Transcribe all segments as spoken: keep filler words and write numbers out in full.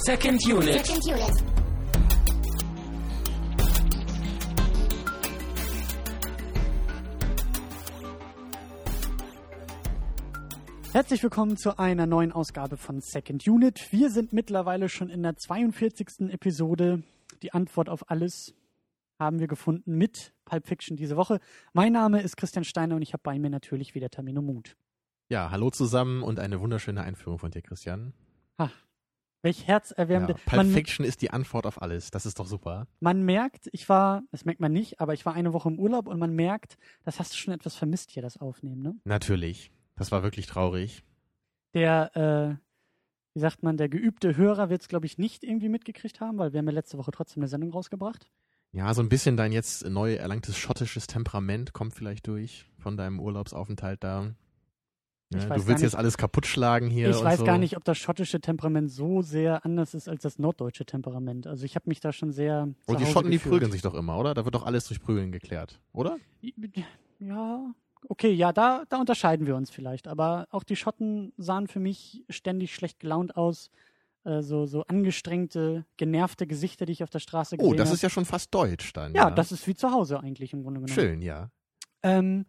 Second Unit. Second Unit. Herzlich willkommen zu einer neuen Ausgabe von Second Unit. Wir sind mittlerweile schon in der zweiundvierzigsten Episode. Die Antwort auf alles haben wir gefunden mit Pulp Fiction diese Woche. Mein Name ist Christian Steiner und ich habe bei mir natürlich wieder Tamino Mut. Ja, hallo zusammen und eine wunderschöne Einführung von dir, Christian. Ach, welch herzerwärmende... Ja, Pulp man, Fiction ist die Antwort auf alles. Das ist doch super. Man merkt, ich war, das merkt man nicht, aber ich war eine Woche im Urlaub und man merkt, das hast du schon etwas vermisst hier, das Aufnehmen, ne? Natürlich. Das war wirklich traurig. Der, äh, wie sagt man, der geübte Hörer wird es, glaube ich, nicht irgendwie mitgekriegt haben, weil wir haben ja letzte Woche trotzdem eine Sendung rausgebracht. Ja, so ein bisschen dein jetzt neu erlangtes schottisches Temperament kommt vielleicht durch von deinem Urlaubsaufenthalt da. Ja, du willst jetzt alles kaputt schlagen hier. Ich und weiß so. gar nicht, ob das schottische Temperament so sehr anders ist als das norddeutsche Temperament. Also ich habe mich da schon sehr zu Und die Hause Schotten, gefühlt. die prügeln sich doch immer, oder? Da wird doch alles durch Prügeln geklärt, oder? Ja, okay, ja, da, da unterscheiden wir uns vielleicht. Aber auch die Schotten sahen für mich ständig schlecht gelaunt aus. Äh, so, so angestrengte, genervte Gesichter, die ich auf der Straße gesehen habe. Oh, das ist ja schon fast deutsch dann. Ja, Ja, das ist wie zu Hause eigentlich im Grunde genommen. schön, ja. Ähm,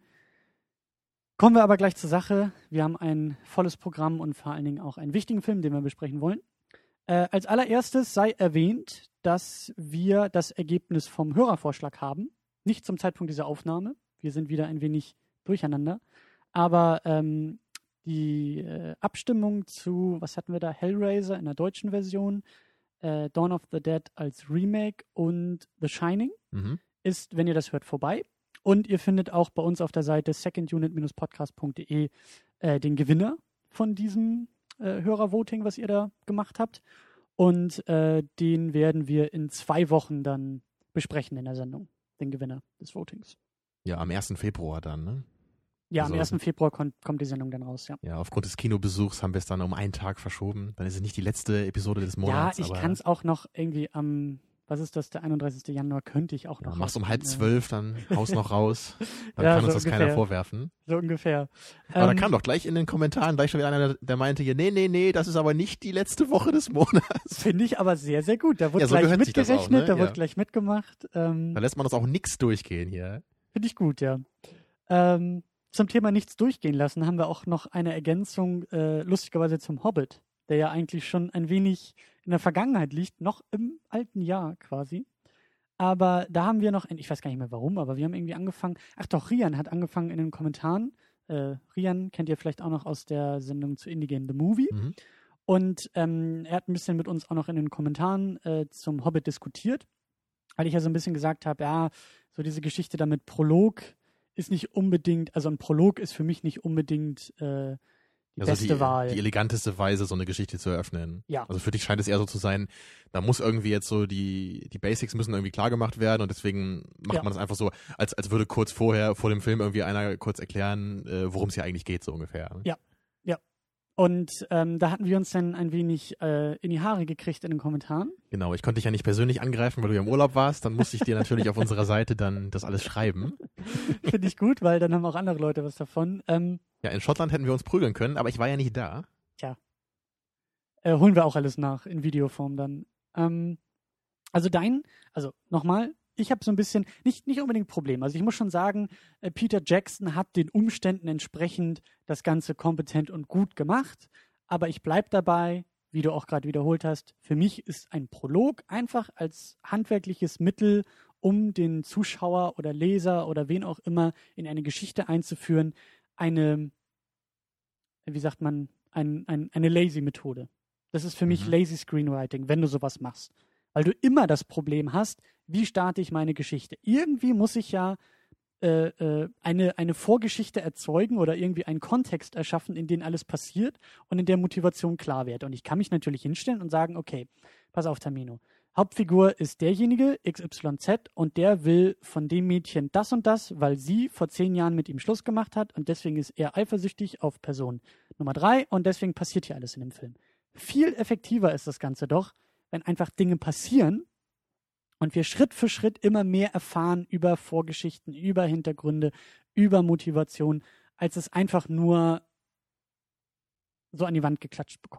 kommen wir aber gleich zur Sache. Wir haben ein volles Programm und vor allen Dingen auch einen wichtigen Film, den wir besprechen wollen. Äh, als allererstes sei erwähnt, dass wir das Ergebnis vom Hörervorschlag haben. Nicht zum Zeitpunkt dieser Aufnahme. Wir sind wieder ein wenig durcheinander. Aber ähm, die äh, Abstimmung zu, was hatten wir da? Hellraiser in der deutschen Version, äh, Dawn of the Dead als Remake und The Shining Mhm. ist, wenn ihr das hört, vorbei. Und ihr findet auch bei uns auf der Seite second unit dash podcast punkt de äh, den Gewinner von diesem äh, Hörervoting, was ihr da gemacht habt. Und äh, den werden wir in zwei Wochen dann besprechen in der Sendung, den Gewinner des Votings. Ja, am ersten Februar dann, ne? Ja, Also- am ersten Februar kon- kommt die Sendung dann raus, ja. Ja, aufgrund des Kinobesuchs haben wir es dann um einen Tag verschoben. Dann ist es nicht die letzte Episode des Monats. ja, ich aber kann es auch noch irgendwie am, was ist das, der einunddreißigsten Januar, könnte ich auch ja, noch. machst um halb rausfinden, zwölf, dann haust noch raus. Dann Ja, kann uns so das keiner ungefähr. vorwerfen. So ungefähr. Aber da Ähm, kam doch gleich in den Kommentaren gleich schon wieder einer, der, der meinte hier, nee, nee, nee, das ist aber nicht die letzte Woche des Monats. Finde ich aber sehr, sehr gut. Da wurde Ja, so gleich gehört sich das auch, mitgerechnet, ne? da wurde Ja. gleich mitgemacht. Ähm, Da lässt man uns auch nichts durchgehen hier. Finde ich gut, ja. Ähm, zum Thema nichts durchgehen lassen haben wir auch noch eine Ergänzung, äh, lustigerweise zum Hobbit, der ja eigentlich schon ein wenig in der Vergangenheit liegt, noch im alten Jahr quasi. Aber da haben wir noch, ein, ich weiß gar nicht mehr warum, aber wir haben irgendwie angefangen, ach doch, Rian hat angefangen in den Kommentaren. Äh, Rian kennt ihr vielleicht auch noch aus der Sendung zu Indie Game The Movie. Mhm. Und ähm, er hat ein bisschen mit uns auch noch in den Kommentaren äh, zum Hobbit diskutiert, weil ich ja so ein bisschen gesagt habe, ja, so diese Geschichte da mit Prolog ist nicht unbedingt, also ein Prolog ist für mich nicht unbedingt äh, die Also beste die, Wahl. die eleganteste Weise, so eine Geschichte zu eröffnen. Ja. Also für dich scheint es eher so zu sein, da muss irgendwie jetzt so die, die Basics müssen irgendwie klar gemacht werden und deswegen macht Ja. man das einfach so, als, als würde kurz vorher, vor dem Film irgendwie einer kurz erklären, äh, worum es hier eigentlich geht, so ungefähr. Ne? Ja. Und ähm, da hatten wir uns dann ein wenig äh, in die Haare gekriegt in den Kommentaren. Genau, ich konnte dich ja nicht persönlich angreifen, weil du ja im Urlaub warst, dann musste ich dir natürlich auf unserer Seite dann das alles schreiben. Finde ich gut, weil dann haben auch andere Leute was davon. Ähm, Ja, in Schottland hätten wir uns prügeln können, aber ich war ja nicht da. äh, holen wir auch alles nach in Videoform dann. Ähm, also dein, also nochmal, ich habe so ein bisschen, nicht, nicht unbedingt Problem. Also ich muss schon sagen, äh, Peter Jackson hat den Umständen entsprechend das Ganze kompetent und gut gemacht. Aber ich bleib dabei, wie du auch gerade wiederholt hast, für mich ist ein Prolog einfach als handwerkliches Mittel, um den Zuschauer oder Leser oder wen auch immer in eine Geschichte einzuführen, eine, wie sagt man, ein, ein, eine lazy Methode. Das ist für mich Mhm. lazy Screenwriting, wenn du sowas machst. Weil du immer das Problem hast, wie starte ich meine Geschichte? Irgendwie muss ich ja äh, äh, eine, eine Vorgeschichte erzeugen oder irgendwie einen Kontext erschaffen, in dem alles passiert und in der Motivation klar wird. Und ich kann mich natürlich hinstellen und sagen, okay, pass auf, Tamino. Hauptfigur ist derjenige, X Y Z, und der will von dem Mädchen das und das, weil sie vor zehn Jahren mit ihm Schluss gemacht hat und deswegen ist er eifersüchtig auf Person Nummer drei und deswegen passiert hier alles in dem Film. Viel effektiver ist das Ganze doch, wenn einfach Dinge passieren und wir Schritt für Schritt immer mehr erfahren über Vorgeschichten, über Hintergründe, über Motivation, als es einfach nur so an die Wand geklatscht bekommen.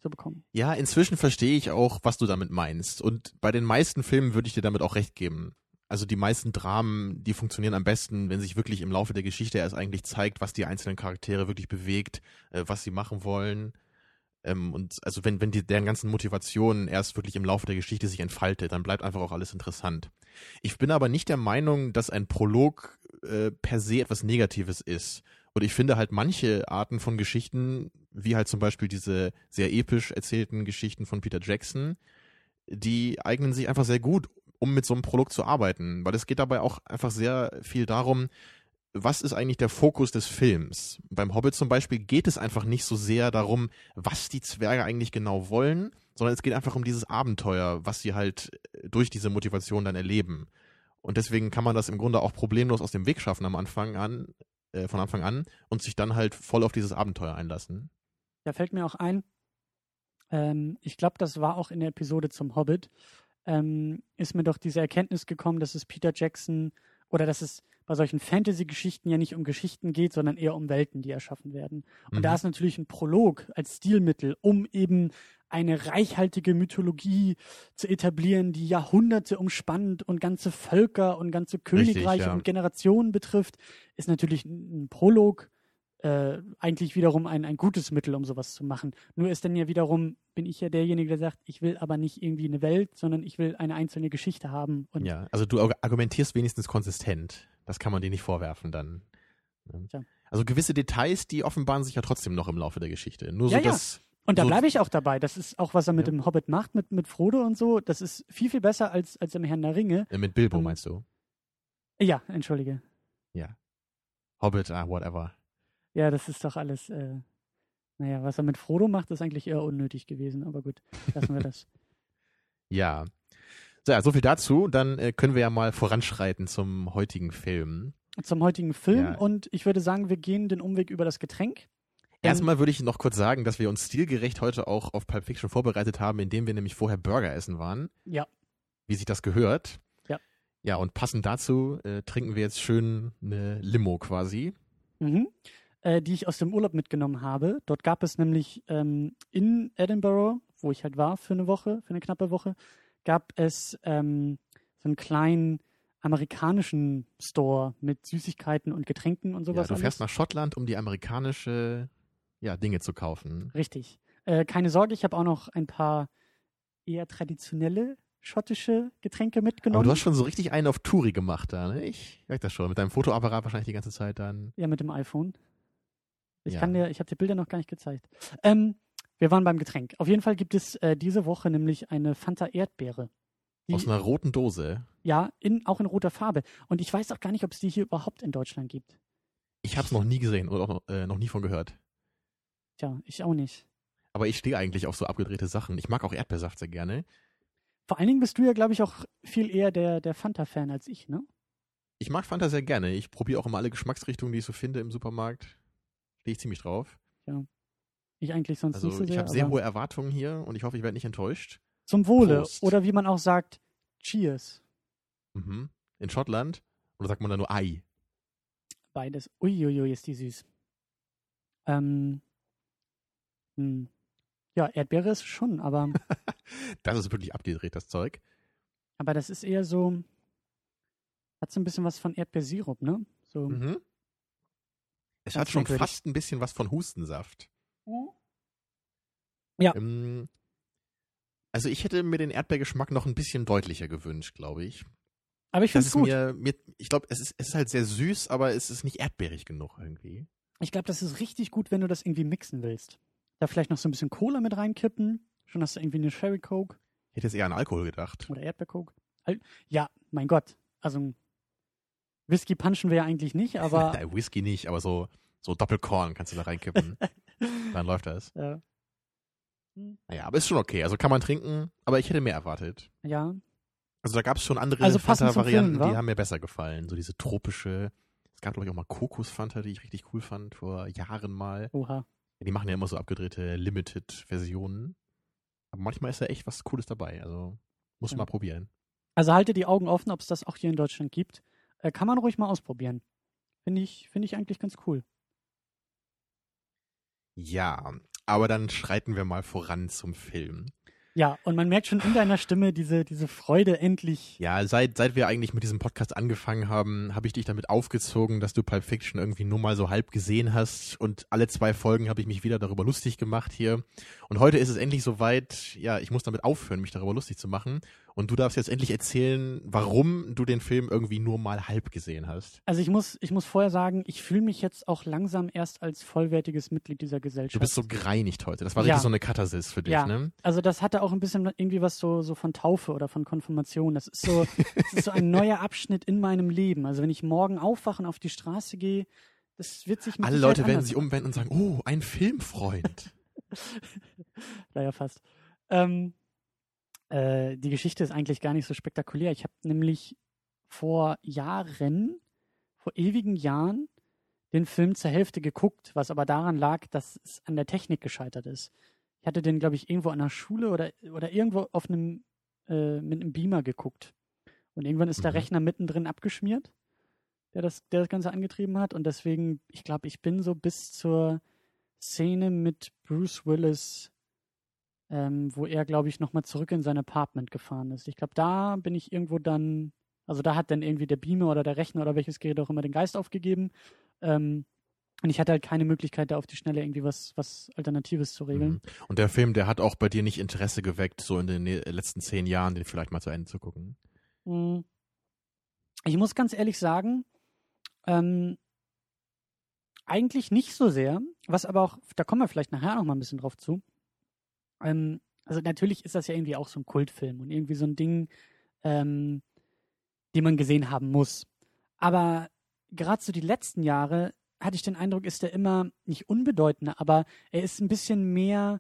zu bekommen. Ja, inzwischen verstehe ich auch, was du damit meinst. Und bei den meisten Filmen würde ich dir damit auch recht geben. Also die meisten Dramen, die funktionieren am besten, wenn sich wirklich im Laufe der Geschichte erst eigentlich zeigt, was die einzelnen Charaktere wirklich bewegt, äh, was sie machen wollen. Ähm, und also wenn, wenn die, deren ganzen Motivationen erst wirklich im Laufe der Geschichte sich entfaltet, dann bleibt einfach auch alles interessant. Ich bin aber nicht der Meinung, dass ein Prolog äh, per se etwas Negatives ist. Und ich finde halt manche Arten von Geschichten, wie halt zum Beispiel diese sehr episch erzählten Geschichten von Peter Jackson, die eignen sich einfach sehr gut, um mit so einem Prolog zu arbeiten. Weil es geht dabei auch einfach sehr viel darum, was ist eigentlich der Fokus des Films? Beim Hobbit zum Beispiel geht es einfach nicht so sehr darum, was die Zwerge eigentlich genau wollen, sondern es geht einfach um dieses Abenteuer, was sie halt durch diese Motivation dann erleben. Und deswegen kann man das im Grunde auch problemlos aus dem Weg schaffen am Anfang an, äh, von Anfang an und sich dann halt voll auf dieses Abenteuer einlassen. Da fällt mir auch ein, ähm, ich glaube, das war auch in der Episode zum Hobbit, ähm, ist mir doch diese Erkenntnis gekommen, dass es Peter Jackson oder dass es bei solchen Fantasy-Geschichten ja nicht um Geschichten geht, sondern eher um Welten, die erschaffen werden. Und mhm. da ist natürlich ein Prolog als Stilmittel, um eben eine reichhaltige Mythologie zu etablieren, die Jahrhunderte umspannt und ganze Völker und ganze Königreiche Richtig, ja. und Generationen betrifft, ist natürlich ein Prolog äh, eigentlich wiederum ein, ein gutes Mittel, um sowas zu machen. Nur ist dann ja wiederum, bin ich ja derjenige, der sagt, ich will aber nicht irgendwie eine Welt, sondern ich will eine einzelne Geschichte haben. Und ja, also du argumentierst wenigstens konsistent. Das kann man dir nicht vorwerfen dann. Ja. Also gewisse Details, die offenbaren sich ja trotzdem noch im Laufe der Geschichte. Nur so, ja, ja. dass Und da so bleibe ich auch dabei. Das ist auch, was er mit ja. dem Hobbit macht, mit, mit Frodo und so. Das ist viel, viel besser als, als im Herrn der Ringe. Äh, mit Bilbo um, meinst du? Ja, entschuldige. Ja. Hobbit, ah, whatever. Ja, das ist doch alles, äh, naja, was er mit Frodo macht, ist eigentlich eher unnötig gewesen. Aber gut, lassen wir das. Ja. So, ja, so viel dazu. Dann äh, können wir ja mal voranschreiten zum heutigen Film. Zum heutigen Film. Ja. Und ich würde sagen, wir gehen den Umweg über das Getränk. Erstmal würde ich noch kurz sagen, dass wir uns stilgerecht heute auch auf Pulp Fiction vorbereitet haben, indem wir nämlich vorher Burger essen waren. Ja. Wie sich das gehört. Ja. Ja, und passend dazu äh, trinken wir jetzt schön eine Limo quasi. Mhm. Äh, die ich aus dem Urlaub mitgenommen habe. Dort gab es nämlich ähm, in Edinburgh, wo ich halt war für eine Woche, für eine knappe Woche, gab es ähm, so einen kleinen amerikanischen Store mit Süßigkeiten und Getränken und sowas. Ja, du fährst alles. nach Schottland, um die amerikanische ja, Dinge zu kaufen. Richtig. Äh, keine Sorge, ich habe auch noch ein paar eher traditionelle schottische Getränke mitgenommen. Aber du hast schon so richtig einen auf Touri gemacht da, ne? Ich merke das schon. Mit deinem Fotoapparat wahrscheinlich die ganze Zeit dann. Ja, mit dem iPhone. Ich ja. kann dir, ich habe dir Bilder noch gar nicht gezeigt. Ähm, wir waren beim Getränk. Auf jeden Fall gibt es äh, diese Woche nämlich eine Fanta Erdbeere. Die, aus einer roten Dose? Ja, in, auch in roter Farbe. Und ich weiß auch gar nicht, ob es die hier überhaupt in Deutschland gibt. Ich habe es noch nie gesehen oder auch noch, äh, noch nie von gehört. Tja, ich auch nicht. Aber ich stehe eigentlich auf so abgedrehte Sachen. Ich mag auch Erdbeersaft sehr gerne. Vor allen Dingen bist du ja, glaube ich, auch viel eher der, der Fanta-Fan als ich, ne? Ich mag Fanta sehr gerne. Ich probiere auch immer alle Geschmacksrichtungen, die ich so finde im Supermarkt. Stehe ich ziemlich drauf. Ja. Ich eigentlich sonst also nicht so sehr. Ich habe sehr hohe Erwartungen hier und ich hoffe, ich werde nicht enttäuscht. Zum Wohle. Prost. Oder wie man auch sagt, Cheers. Mhm. In Schottland? Oder sagt man da nur Ei? Beides. Uiuiui, ist die süß. Ähm. Hm. Ja, Erdbeere ist schon, aber. Das ist wirklich abgedreht, das Zeug. Aber das ist eher so. Hat so ein bisschen was von Erdbeersirup, ne? So. Mhm. Es hat schon fast ein bisschen was von Hustensaft. Ja. Ähm, also ich hätte mir den Erdbeergeschmack noch ein bisschen deutlicher gewünscht, glaube ich. Aber ich finde es gut. Mir, mir, ich glaube, es ist, es ist halt sehr süß, aber es ist nicht erdbeerig genug irgendwie. Ich glaube, das ist richtig gut, wenn du das irgendwie mixen willst. Da vielleicht noch so ein bisschen Cola mit reinkippen. Schon hast du irgendwie eine Sherry Coke. Ich hätte jetzt eher an Alkohol gedacht. Oder Erdbeercoke. Ja, mein Gott. Also Whisky punchen wir ja eigentlich nicht, aber... Nein, Whisky nicht, aber so, so Doppelkorn kannst du da reinkippen. Dann läuft das. Ja. Naja, aber ist schon okay. Also kann man trinken, aber ich hätte mehr erwartet. Ja. Also da gab es schon andere also Fanta-Varianten, Film, die haben mir besser gefallen. So diese tropische, es gab glaube ich auch mal Kokos-Fanta, die ich richtig cool fand, vor Jahren mal. Oha. Ja, die machen ja immer so abgedrehte Limited-Versionen. Aber manchmal ist da echt was Cooles dabei. Also muss ja. mal probieren. Also halte die Augen offen, ob es das auch hier in Deutschland gibt. Äh, kann man ruhig mal ausprobieren. Finde ich, finde ich eigentlich ganz cool. Ja, Aber dann schreiten wir mal voran zum Film. Ja, und man merkt schon in deiner Stimme diese, diese Freude endlich. Ja, seit, seit wir eigentlich mit diesem Podcast angefangen haben, habe ich dich damit aufgezogen, dass du Pulp Fiction irgendwie nur mal so halb gesehen hast. Und alle zwei Folgen habe ich mich wieder darüber lustig gemacht hier. Und heute ist es endlich soweit, ja, ich muss damit aufhören, mich darüber lustig zu machen. Und du darfst jetzt endlich erzählen, warum du den Film irgendwie nur mal halb gesehen hast. Also ich muss, ich muss vorher sagen, ich fühle mich jetzt auch langsam erst als vollwertiges Mitglied dieser Gesellschaft. Du bist so gereinigt heute. Das war Ja. richtig so eine Katharsis für dich, Ja. ne? Also das hatte auch ein bisschen irgendwie was so, so von Taufe oder von Konfirmation. Das ist so, das ist so ein neuer Abschnitt in meinem Leben. Also wenn ich morgen aufwache und auf die Straße gehe, das wird sich mit Alle Sicherheit Leute werden anders sich umwenden und sagen, oh, ein Filmfreund. Naja, fast. Ähm, äh, die Geschichte ist eigentlich gar nicht so spektakulär. Ich habe nämlich vor Jahren, vor ewigen Jahren, den Film zur Hälfte geguckt, was aber daran lag, dass es an der Technik gescheitert ist. Ich hatte den, glaube ich, irgendwo an der Schule oder, oder irgendwo auf einem, äh, mit einem Beamer geguckt. Und irgendwann ist der Mhm. Rechner mittendrin abgeschmiert, der das, der das Ganze angetrieben hat. Und deswegen, ich glaube, ich bin so bis zur Szene mit Bruce Willis, ähm, wo er, glaube ich, nochmal zurück in sein Apartment gefahren ist. Ich glaube, da bin ich irgendwo dann, also da hat dann irgendwie der Beamer oder der Rechner oder welches Gerät auch immer den Geist aufgegeben. Ähm, und ich hatte halt keine Möglichkeit, da auf die Schnelle irgendwie was, was Alternatives zu regeln. Mhm. Und der Film, der hat auch bei dir nicht Interesse geweckt, so in den ne- letzten zehn Jahren, den vielleicht mal zu Ende zu gucken. Mhm. Ich muss ganz ehrlich sagen, ähm, eigentlich nicht so sehr, was aber auch, da kommen wir vielleicht nachher noch mal ein bisschen drauf zu. Ähm, also natürlich ist das ja irgendwie auch so ein Kultfilm und irgendwie so ein Ding, ähm, den man gesehen haben muss. Aber gerade so die letzten Jahre hatte ich den Eindruck, ist er immer nicht unbedeutender, aber er ist ein bisschen mehr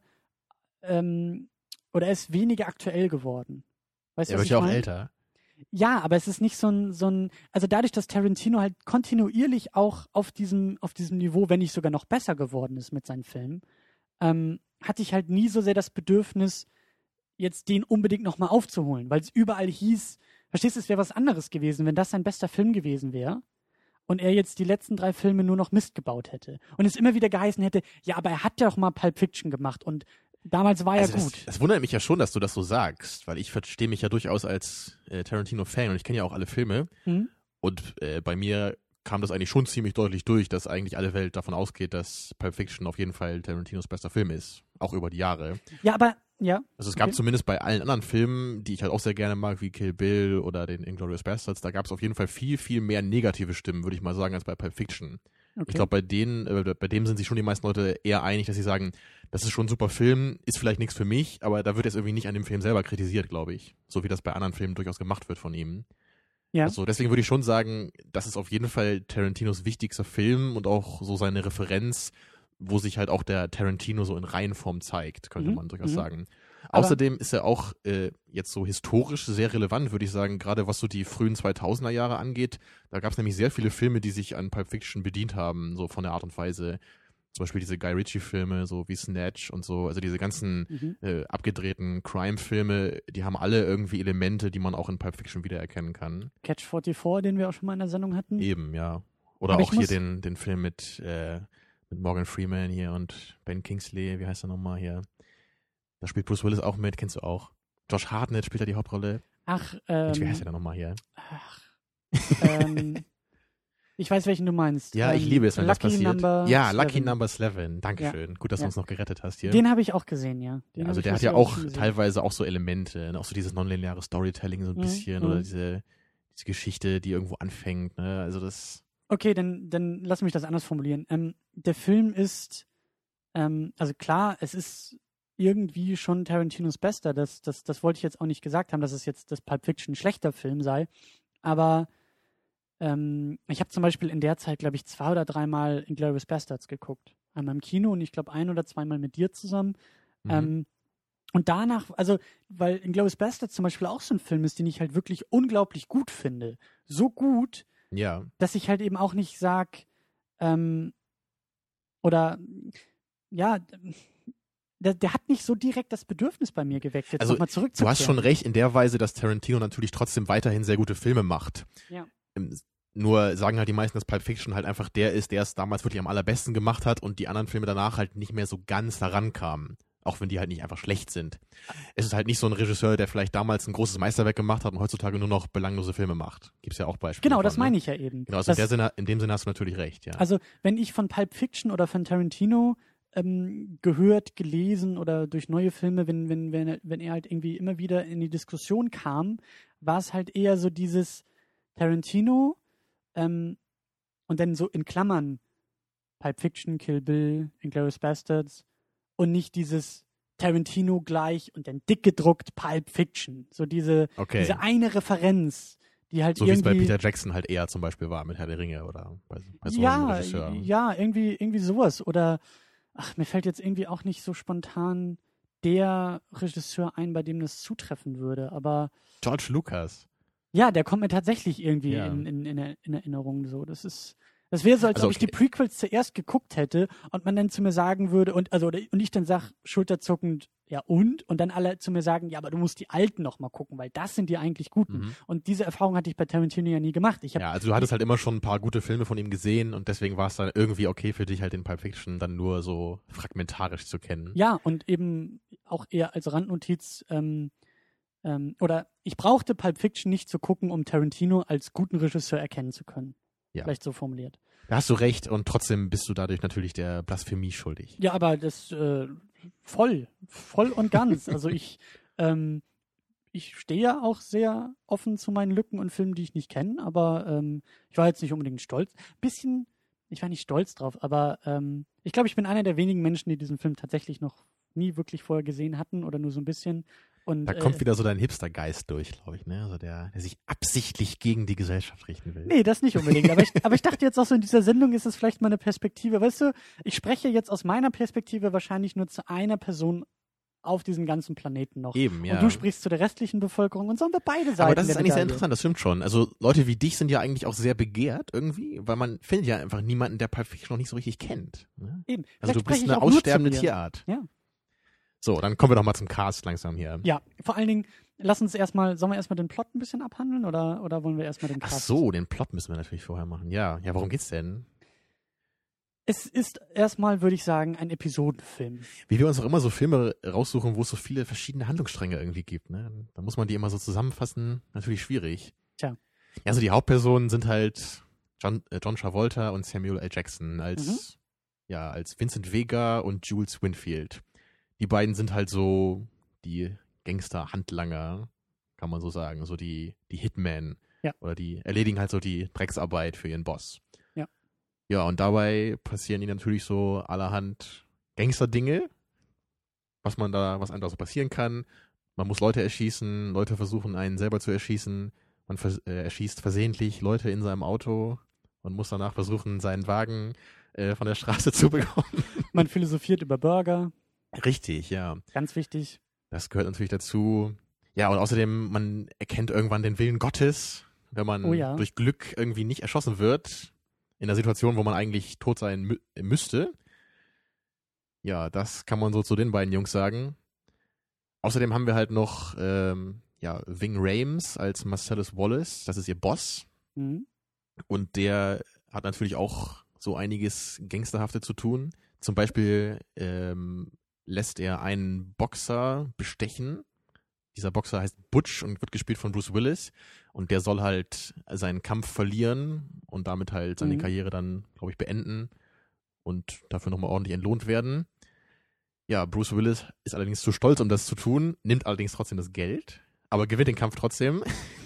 ähm, oder er ist weniger aktuell geworden. Weißt du, Er was wird ich ja auch meine? älter. Ja, aber es ist nicht so ein, so ein, also dadurch, dass Tarantino halt kontinuierlich auch auf diesem, auf diesem Niveau, wenn nicht sogar noch besser geworden ist mit seinen Filmen, ähm, hatte ich halt nie so sehr das Bedürfnis, jetzt den unbedingt nochmal aufzuholen, weil es überall hieß, verstehst du, es wäre was anderes gewesen, wenn das sein bester Film gewesen wäre und er jetzt die letzten drei Filme nur noch Mist gebaut hätte und es immer wieder geheißen hätte, ja, aber er hat ja auch mal Pulp Fiction gemacht und damals war Also er gut. das, das wundert mich ja schon, dass du das so sagst, weil ich verstehe mich ja durchaus als äh, Tarantino-Fan und ich kenne ja auch alle Filme. Hm? Und äh, bei mir kam das eigentlich schon ziemlich deutlich durch, dass eigentlich alle Welt davon ausgeht, dass Pulp Fiction auf jeden Fall Tarantinos bester Film ist. Auch über die Jahre. Ja, aber, ja. Also es gab Okay. zumindest bei allen anderen Filmen, die ich halt auch sehr gerne mag, wie Kill Bill oder den Inglourious Basterds, da gab es auf jeden Fall viel, viel mehr negative Stimmen, würde ich mal sagen, als bei Pulp Fiction. Okay. Ich glaube, bei denen, äh, bei dem sind sich schon die meisten Leute eher einig, dass sie sagen, das ist schon ein super Film, ist vielleicht nichts für mich, aber da wird jetzt irgendwie nicht an dem Film selber kritisiert, glaube ich. So wie das bei anderen Filmen durchaus gemacht wird von ihm. Ja. Also deswegen würde ich schon sagen, das ist auf jeden Fall Tarantinos wichtigster Film und auch so seine Referenz, wo sich halt auch der Tarantino so in Reihenform zeigt, könnte Mhm, man durchaus mhm. sagen. Aber- Außerdem ist er auch äh, jetzt so historisch sehr relevant, würde ich sagen, gerade was so die frühen zweitausender Jahre angeht. Da gab es nämlich sehr viele Filme, die sich an Pulp Fiction bedient haben, so von der Art und Weise. Zum Beispiel diese Guy Ritchie-Filme, so wie Snatch und so. Also diese ganzen Mhm. äh, abgedrehten Crime-Filme, die haben alle irgendwie Elemente, die man auch in Pulp Fiction wiedererkennen kann. Catch vierundvierzig, den wir auch schon mal in der Sendung hatten. Eben, ja. Oder Aber ich auch hier muss- den, den Film mit, äh, mit Morgan Freeman hier und Ben Kingsley, wie heißt er nochmal hier? Da spielt Bruce Willis auch mit, kennst du auch. Josh Hartnett spielt da die Hauptrolle. Ach, Mensch, wie ähm, heißt er da nochmal hier? ach, ähm, ich weiß, welchen du meinst. Ja, ich ähm, liebe es, wenn Lucky das passiert. Number ja, Lucky Eleven. Number Eleven. Dankeschön. Gut, dass Ja. du uns noch gerettet hast hier. Den habe ich auch gesehen, ja. Den ja, hab also ich der hat bisher ja auch schon gesehen. teilweise auch so Elemente, ne? Auch so dieses nonlineare Storytelling so ein Mhm, bisschen mhm. oder diese, diese Geschichte, die irgendwo anfängt. Ne? Also das, Okay, dann, dann lass mich das anders formulieren. Ähm, der Film ist, ähm, also klar, es ist irgendwie schon Tarantinos Bester. Das, das, das wollte ich jetzt auch nicht gesagt haben, dass es jetzt das Pulp Fiction ein schlechter Film sei. Aber ähm, ich habe zum Beispiel in der Zeit, glaube ich, zwei oder dreimal Inglourious Basterds geguckt. Einmal im Kino und ich glaube ein oder zweimal mit dir zusammen. mhm. Ähm, und danach, also, weil Inglourious Basterds zum Beispiel auch so ein Film ist, den ich halt wirklich unglaublich gut finde. So gut, ja. dass ich halt eben auch nicht sag, ähm, oder ja, der, der hat nicht so direkt das Bedürfnis bei mir geweckt, jetzt Also, nochmal Du zurückzukehren. hast schon recht in der Weise, dass Tarantino natürlich trotzdem weiterhin sehr gute Filme macht. Ja. Ähm, Nur sagen halt die meisten, dass Pulp Fiction halt einfach der ist, der es damals wirklich am allerbesten gemacht hat und die anderen Filme danach halt nicht mehr so ganz daran kamen. Auch wenn die halt nicht einfach schlecht sind. Es ist halt nicht so ein Regisseur, der vielleicht damals ein großes Meisterwerk gemacht hat und heutzutage nur noch belanglose Filme macht. Gibt's ja auch Beispiele. Genau, davon, das meine ne? ich ja eben. Genau, also das, in, der Sinne, in dem Sinne hast du natürlich recht, ja. Also, wenn ich von Pulp Fiction oder von Tarantino ähm, gehört, gelesen oder durch neue Filme, wenn, wenn, wenn, er, wenn er halt irgendwie immer wieder in die Diskussion kam, war es halt eher so dieses Tarantino ähm, und dann so in Klammern Pulp Fiction, Kill Bill, Inglourious Bastards und nicht dieses Tarantino gleich und dann dick gedruckt Pulp Fiction. So diese, Okay. diese eine Referenz, die halt So wie es irgendwie... bei Peter Jackson halt eher zum Beispiel war mit Herr der Ringe oder bei, bei so einem ja, Regisseur. ja, irgendwie, irgendwie sowas. Oder, ach, mir fällt jetzt irgendwie auch nicht so spontan der Regisseur ein, bei dem das zutreffen würde. Aber George Lucas. ja, der kommt mir tatsächlich irgendwie Ja. in, in, in, in Erinnerung so. Das ist, das wäre so, als Also, ob ich die okay. Prequels zuerst geguckt hätte und man dann zu mir sagen würde, und also oder, und ich dann sag, schulterzuckend, ja und? Und dann alle zu mir sagen, ja, aber du musst die alten noch mal gucken, weil das sind die eigentlich guten. Mhm. Und diese Erfahrung hatte ich bei Tarantino ja nie gemacht. Ich hab, Ja, also du hattest halt immer schon ein paar gute Filme von ihm gesehen und deswegen war es dann irgendwie okay für dich halt den Pulp Fiction dann nur so fragmentarisch zu kennen. Ja, und eben auch eher als Randnotiz, ähm, ähm, oder ich brauchte Pulp Fiction nicht zu gucken, um Tarantino als guten Regisseur erkennen zu können. Ja. Vielleicht so formuliert. Da hast du recht und trotzdem bist du dadurch natürlich der Blasphemie schuldig. Ja, aber das äh, voll, voll und ganz. Also ich, ähm, ich stehe ja auch sehr offen zu meinen Lücken und Filmen, die ich nicht kenne, aber ähm, ich war jetzt nicht unbedingt stolz. Bisschen, ich war nicht stolz drauf, aber ähm, ich glaube, ich bin einer der wenigen Menschen, die diesen Film tatsächlich noch nie wirklich vorher gesehen hatten oder nur so ein bisschen. Und, Da kommt äh, wieder so dein Hipstergeist durch, glaube ich, ne? Also der, der sich absichtlich gegen die Gesellschaft richten will. Nee, das nicht unbedingt. Aber ich, aber ich dachte jetzt auch so, in dieser Sendung ist es vielleicht mal eine Perspektive. Weißt du, ich spreche jetzt aus meiner Perspektive wahrscheinlich nur zu einer Person auf diesem ganzen Planeten noch. Eben, ja. Und du sprichst zu der restlichen Bevölkerung und so haben wir beide Seiten. Aber das ist der eigentlich sehr Medaille. interessant, das stimmt schon. Also Leute wie dich sind ja eigentlich auch sehr begehrt irgendwie, weil man findet ja einfach niemanden, der Pulp Fiction noch nicht so richtig kennt. Ne? Eben. Also du Vielleicht bist spreche ich eine auch nur zu aussterbende mir. Tierart. Ja. So, dann kommen wir doch mal zum Cast langsam hier. Ja, vor allen Dingen, lass uns erstmal, sollen wir erstmal den Plot ein bisschen abhandeln oder, oder wollen wir erstmal den Ach Cast? so, den Plot müssen wir natürlich vorher machen. Ja, ja, worum geht's denn? Es ist erstmal, würde ich sagen, ein Episodenfilm. Wie wir uns auch immer so Filme raussuchen, wo es so viele verschiedene Handlungsstränge irgendwie gibt, ne? Da muss man die immer so zusammenfassen. Natürlich schwierig. Tja. Ja, also die Hauptpersonen sind halt John, äh, John Travolta und Samuel L. Jackson als, Mhm. ja, als Vincent Vega und Jules Winfield. Die beiden sind halt so die Gangster-Handlanger, kann man so sagen. So die, die Hitmen. Ja. Oder die erledigen halt so die Drecksarbeit für ihren Boss. Ja. Ja, und dabei passieren ihnen natürlich so allerhand Gangster-Dinge, was man da, was einem da so passieren kann. Man muss Leute erschießen, Leute versuchen einen selber zu erschießen. Man vers äh, erschießt versehentlich Leute in seinem Auto und muss danach versuchen, seinen Wagen äh, von der Straße zu bekommen. Man philosophiert über Burger, Richtig, ja. ganz wichtig. Das gehört natürlich dazu. Ja, und außerdem, man erkennt irgendwann den Willen Gottes, wenn man Oh ja. durch Glück irgendwie nicht erschossen wird, in einer Situation, wo man eigentlich tot sein mü müsste. Ja, das kann man so zu den beiden Jungs sagen. Außerdem haben wir halt noch ähm, ja, Ving Rhames als Marcellus Wallace, das ist ihr Boss. Mhm. Und der hat natürlich auch so einiges Gangsterhafte zu tun. Zum Beispiel ähm, lässt er einen Boxer bestechen. Dieser Boxer heißt Butch und wird gespielt von Bruce Willis. Und der soll halt seinen Kampf verlieren und damit halt seine Mhm. Karriere dann, glaube ich, beenden und dafür nochmal ordentlich entlohnt werden. Ja, Bruce Willis ist allerdings zu stolz, um das zu tun, nimmt allerdings trotzdem das Geld, aber gewinnt den Kampf trotzdem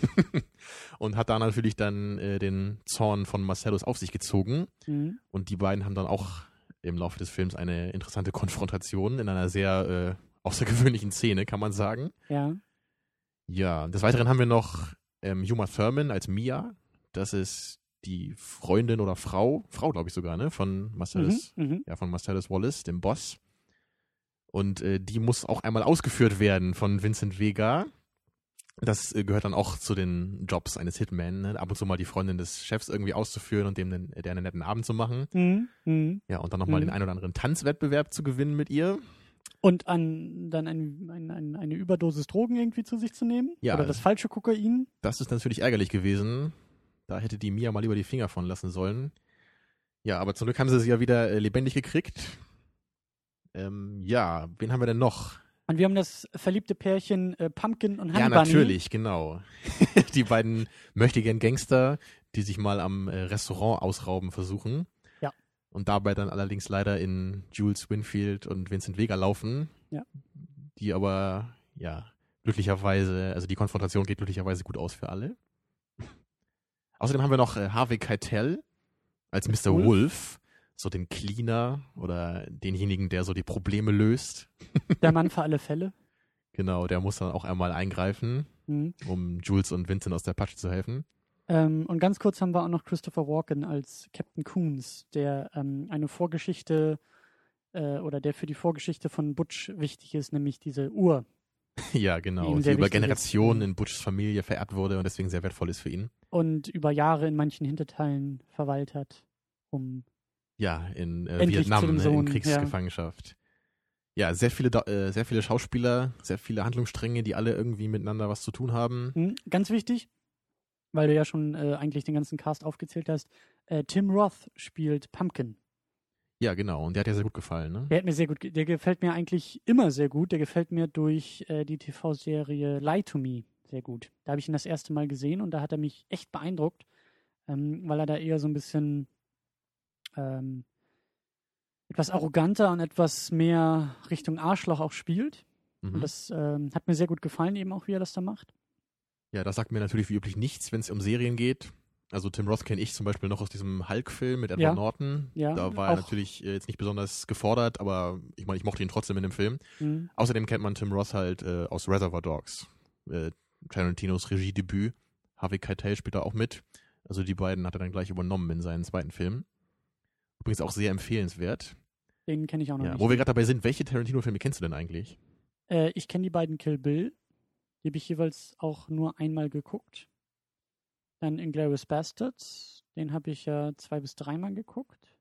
und hat da natürlich dann äh, den Zorn von Marcellus auf sich gezogen. Mhm. Und die beiden haben dann auch im Laufe des Films eine interessante Konfrontation in einer sehr äh, außergewöhnlichen Szene, kann man sagen. Ja. Ja, des Weiteren haben wir noch ähm, Uma Thurman als Mia. Das ist die Freundin oder Frau, Frau glaube ich sogar, ne, von Marcellus, Mhm. Mhm. ja, von Marcellus Wallace, dem Boss. Und äh, die muss auch einmal ausgeführt werden von Vincent Vega. Das äh, gehört dann auch zu den Jobs eines Hitman, ne? Ab und zu mal die Freundin des Chefs irgendwie auszuführen und dem den, der einen netten Abend zu machen. Mhm. Mhm. Ja, und dann nochmal Mhm. den ein oder anderen Tanzwettbewerb zu gewinnen mit ihr. Und an, dann ein, ein, ein, eine Überdosis Drogen irgendwie zu sich zu nehmen? Ja. Oder das falsche Kokain? Das ist natürlich ärgerlich gewesen, Da hätte die Mia mal lieber die Finger von lassen sollen. Ja, aber zum Glück haben sie sie ja wieder äh, lebendig gekriegt. Ähm, ja, wen haben wir denn noch? Und wir haben das verliebte Pärchen äh, Pumpkin und Honey Ja, Bunny. natürlich, genau. Die beiden möchtegern Gangster, die sich mal am äh, Restaurant ausrauben versuchen. Ja. Und dabei dann allerdings leider in Jules Winfield und Vincent Vega laufen. Ja. Die aber, ja, glücklicherweise, also die Konfrontation geht glücklicherweise gut aus für alle. Außerdem haben wir noch äh, Harvey Keitel als Mister Wolf. Wolf, so den Cleaner oder denjenigen, der so die Probleme löst. Der Mann für alle Fälle. Genau, der muss dann auch einmal eingreifen, Mhm. um Jules und Vincent aus der Patsche zu helfen. Ähm, und ganz kurz haben wir auch noch Christopher Walken als Captain Coons, der ähm, eine Vorgeschichte äh, oder der für die Vorgeschichte von Butch wichtig ist, nämlich diese Uhr. Ja, genau, ihm die sehr über wichtig ist. Generationen in Butchs Familie verehrt wurde und deswegen sehr wertvoll ist für ihn. Und über Jahre in manchen Hinterteilen verweilt hat, um Ja, in äh, Endlich zu Vietnam, dem ne, Sohn, in Kriegsgefangenschaft. Ja, sehr viele, Da- äh, sehr viele Schauspieler, sehr viele Handlungsstränge, die alle irgendwie miteinander was zu tun haben. Hm, ganz wichtig, weil du ja schon äh, eigentlich den ganzen Cast aufgezählt hast, äh, Tim Roth spielt Pumpkin. Ja, genau, und der hat ja sehr gut gefallen, ne? Der hat mir sehr gut, ge- der gefällt mir eigentlich immer sehr gut. Der gefällt mir durch äh, die T V-Serie Lie to Me sehr gut. Da habe ich ihn das erste Mal gesehen und da hat er mich echt beeindruckt, ähm, weil er da eher so ein bisschen ähm, etwas arroganter und etwas mehr Richtung Arschloch auch spielt. Und Mhm. das ähm, hat mir sehr gut gefallen, eben auch, wie er das da macht. Ja, das sagt mir natürlich wie üblich nichts, wenn es um Serien geht. Also Tim Roth kenne ich zum Beispiel noch aus diesem Hulk-Film mit Edward Ja. Norton. Ja, Da war er auch- natürlich äh, jetzt nicht besonders gefordert, aber ich meine, ich mochte ihn trotzdem in dem Film. Mhm. Außerdem kennt man Tim Roth halt äh, aus Reservoir Dogs, äh, Tarantinos Regiedebüt. Harvey Keitel spielt da auch mit. Also die beiden hat er dann gleich übernommen in seinen zweiten Film. Übrigens auch sehr empfehlenswert. Den kenne ich auch noch Ja, nicht. wo wir gerade dabei sind, welche Tarantino-Filme kennst du denn eigentlich? Äh, ich kenne die beiden Kill Bill. Die habe ich jeweils auch nur einmal geguckt. Dann Inglourious Basterds. Den habe ich ja zwei bis dreimal geguckt.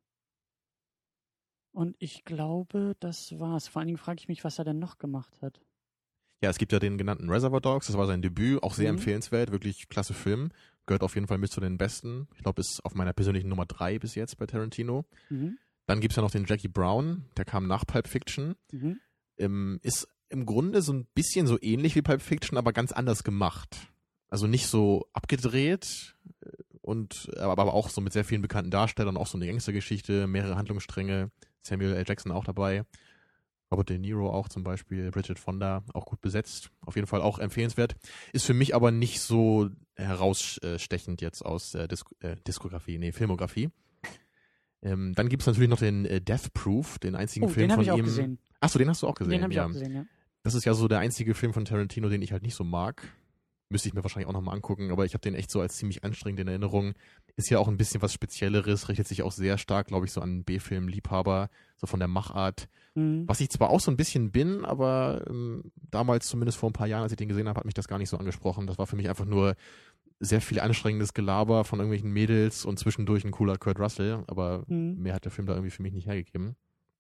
Und ich glaube, das war's. Vor allen Dingen frage ich mich, was er denn noch gemacht hat. Ja, es gibt ja den genannten Reservoir Dogs, das war sein Debüt, auch sehr Mhm. empfehlenswert, wirklich klasse Film. Gehört auf jeden Fall mit zu den besten. Ich glaube, ist auf meiner persönlichen Nummer drei bis jetzt bei Tarantino. Mhm. Dann gibt's ja noch den Jackie Brown, der kam nach Pulp Fiction. Mhm. Ähm, ist im Grunde so ein bisschen so ähnlich wie Pulp Fiction, aber ganz anders gemacht. Also nicht so abgedreht äh, und aber aber auch so mit sehr vielen bekannten Darstellern, auch so eine Gangstergeschichte, mehrere Handlungsstränge. Samuel L. Jackson auch dabei. Robert De Niro auch zum Beispiel, Bridget Fonda auch gut besetzt. Auf jeden Fall auch empfehlenswert. Ist für mich aber nicht so herausstechend jetzt aus äh, Disk äh, Diskografie, nee, Filmografie. Ähm, dann gibt's natürlich noch den äh, Death Proof, den einzigen Oh, Film den habe von ich auch ihm. gesehen. Achso, den hast du auch gesehen. Den habe ich ja. auch gesehen, ja. Das ist ja so der einzige Film von Tarantino, den ich halt nicht so mag. Müsste ich mir wahrscheinlich auch nochmal angucken, aber ich habe den echt so als ziemlich anstrengend in Erinnerung. Ist ja auch ein bisschen was Spezielleres, richtet sich auch sehr stark, glaube ich, so an B-Film-Liebhaber, so von der Machart. Mhm. Was ich zwar auch so ein bisschen bin, aber ähm, damals, zumindest vor ein paar Jahren, als ich den gesehen habe, hat mich das gar nicht so angesprochen. Das war für mich einfach nur sehr viel anstrengendes Gelaber von irgendwelchen Mädels und zwischendurch ein cooler Kurt Russell, aber Mhm. mehr hat der Film da irgendwie für mich nicht hergegeben.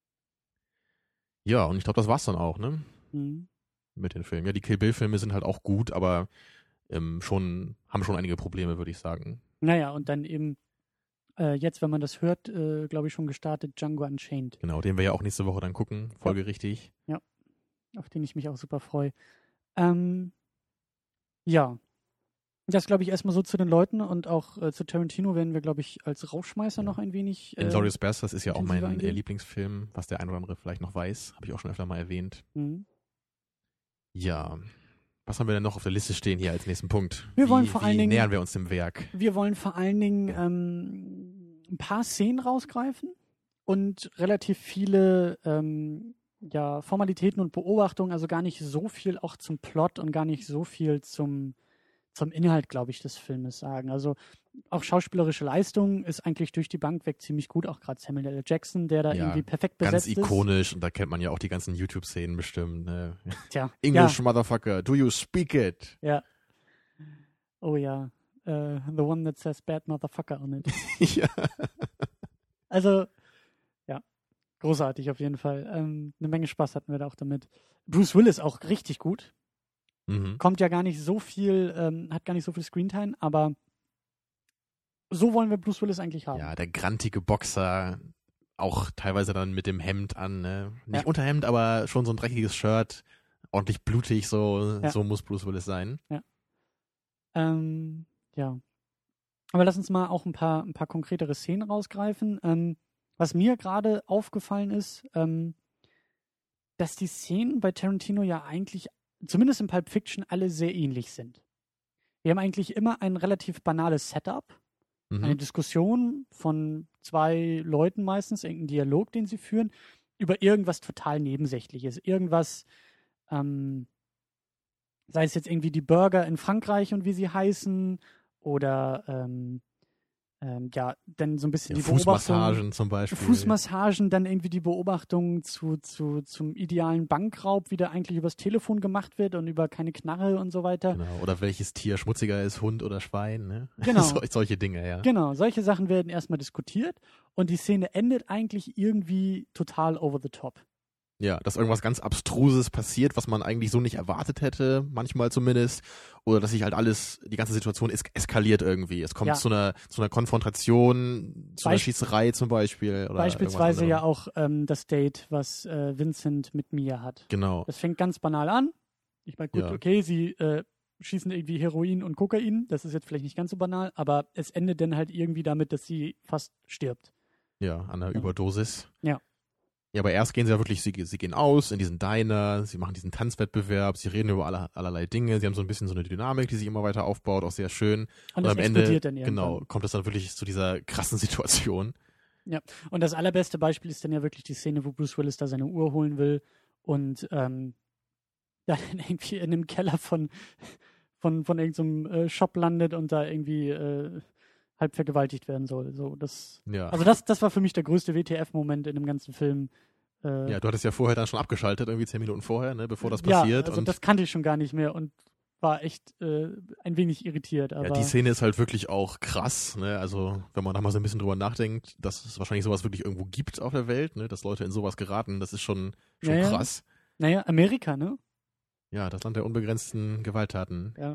Ja, und ich glaube, das war's dann auch, ne? Mhm. Mit den Filmen. Ja, die Kill Bill-Filme sind halt auch gut, aber ähm, schon, haben schon einige Probleme, würde ich sagen. Naja, und dann eben äh, jetzt, wenn man das hört, äh, glaube ich, schon gestartet Django Unchained, Genau, den wir ja auch nächste Woche dann gucken, folgerichtig. auf den ich mich auch super freue. Ähm, ja, das glaube ich erstmal so zu den Leuten und auch äh, zu Tarantino werden wir, glaube ich, als Rausschmeißer Ja. noch ein wenig. Äh, Inglourious Basterds ist ja auch intensiver mein äh, eingehen. Lieblingsfilm, was der ein oder andere vielleicht noch weiß. Habe ich auch schon öfter mal erwähnt. mhm. Ja. Was haben wir denn noch auf der Liste stehen hier als nächsten Punkt? Wir wie, wollen vor wie allen Dingen- nähern wir uns dem Werk? Wir wollen vor allen Dingen ähm, ein paar Szenen rausgreifen und relativ viele ähm, ja, Formalitäten und Beobachtungen, also gar nicht so viel auch zum Plot und gar nicht so viel zum, zum Inhalt, glaube ich, des Filmes sagen. Also auch schauspielerische Leistung ist eigentlich durch die Bank weg ziemlich gut, auch gerade Samuel L. Jackson, der da Ja, irgendwie perfekt Ganz besetzt ist. ikonisch und da kennt man ja auch die ganzen YouTube-Szenen bestimmt. Ne? Tja, English, Motherfucker, do you speak it? ja, ja. Oh ja, äh, the one that says bad motherfucker on it. ja. Also, ja, großartig auf jeden Fall. Ähm, eine Menge Spaß hatten wir da auch damit. Bruce Willis auch richtig gut. Mhm. Kommt ja gar nicht so viel, ähm, hat gar nicht so viel Screentime, aber So wollen wir Bruce Willis eigentlich haben. Ja, der grantige Boxer, auch teilweise dann mit dem Hemd an, ne? Nicht Ja. Unterhemd, aber schon so ein dreckiges Shirt, ordentlich blutig, so, Ja. so muss Bruce Willis sein. Ähm, ja. Aber lass uns mal auch ein paar, ein paar konkretere Szenen rausgreifen. Ähm, was mir gerade aufgefallen ist, ähm, dass die Szenen bei Tarantino ja eigentlich, zumindest in Pulp Fiction, alle sehr ähnlich sind. Wir haben eigentlich immer ein relativ banales Setup, eine Mhm. Diskussion von zwei Leuten meistens, irgendeinen Dialog, den sie führen, über irgendwas total Nebensächliches. Irgendwas, ähm, sei es jetzt irgendwie die Burger in Frankreich und wie sie heißen, oder ähm, ähm, ja, dann so ein bisschen Ja, die Beobachtung. Fußmassagen zum Beispiel. Fußmassagen, dann irgendwie die Beobachtung zu, zu, zum idealen Bankraub, wie der eigentlich übers Telefon gemacht wird und über keine Knarre und so weiter. Genau. Oder welches Tier schmutziger ist, Hund oder Schwein, ne? Genau. so, solche Dinge, ja. Genau, solche Sachen werden erstmal diskutiert und die Szene endet eigentlich irgendwie total over the top. Ja, dass irgendwas ganz Abstruses passiert, was man eigentlich so nicht erwartet hätte, manchmal zumindest. Oder dass sich halt alles, die ganze Situation es eskaliert irgendwie. Es kommt Ja. zu einer zu einer Konfrontation, zu einer Beisp- Schießerei zum Beispiel. Oder Beispielsweise irgendwas ja anderem. auch ähm, das Date, was äh, Vincent mit Mia hat. Genau. Das fängt ganz banal an. Ich meine, gut, Ja. okay, sie äh, schießen irgendwie Heroin und Kokain. Das ist jetzt vielleicht nicht ganz so banal, aber es endet dann halt irgendwie damit, dass sie fast stirbt. Ja, an einer Ja. Überdosis. Ja. Ja, aber erst gehen sie ja wirklich, sie, sie gehen aus in diesen Diner, sie machen diesen Tanzwettbewerb, sie reden über aller, allerlei Dinge, sie haben so ein bisschen so eine Dynamik, die sich immer weiter aufbaut, auch sehr schön. Und, Und das am Ende, explodiert dann irgendwann. genau, kommt es dann wirklich zu dieser krassen Situation. Und das allerbeste Beispiel ist dann ja wirklich die Szene, wo Bruce Willis da seine Uhr holen will und ähm, dann irgendwie in einem Keller von, von, von irgendeinem äh, Shop landet und da irgendwie äh, halb vergewaltigt werden soll. So, das, Ja. also das, das war für mich der größte W T F-Moment in dem ganzen Film. Äh, Ja, du hattest ja vorher dann schon abgeschaltet, irgendwie zehn Minuten vorher, ne, bevor das ja, passiert. also und das kannte ich schon gar nicht mehr und war echt äh, ein wenig irritiert. Aber ja, die Szene ist halt wirklich auch krass, ne? Also, wenn man da mal so ein bisschen drüber nachdenkt, dass es wahrscheinlich sowas wirklich irgendwo gibt auf der Welt, ne? Dass Leute in sowas geraten, das ist schon, schon Ja, ja. krass. naja, Amerika, ne? Ja, das Land der unbegrenzten Gewalttaten. Ja.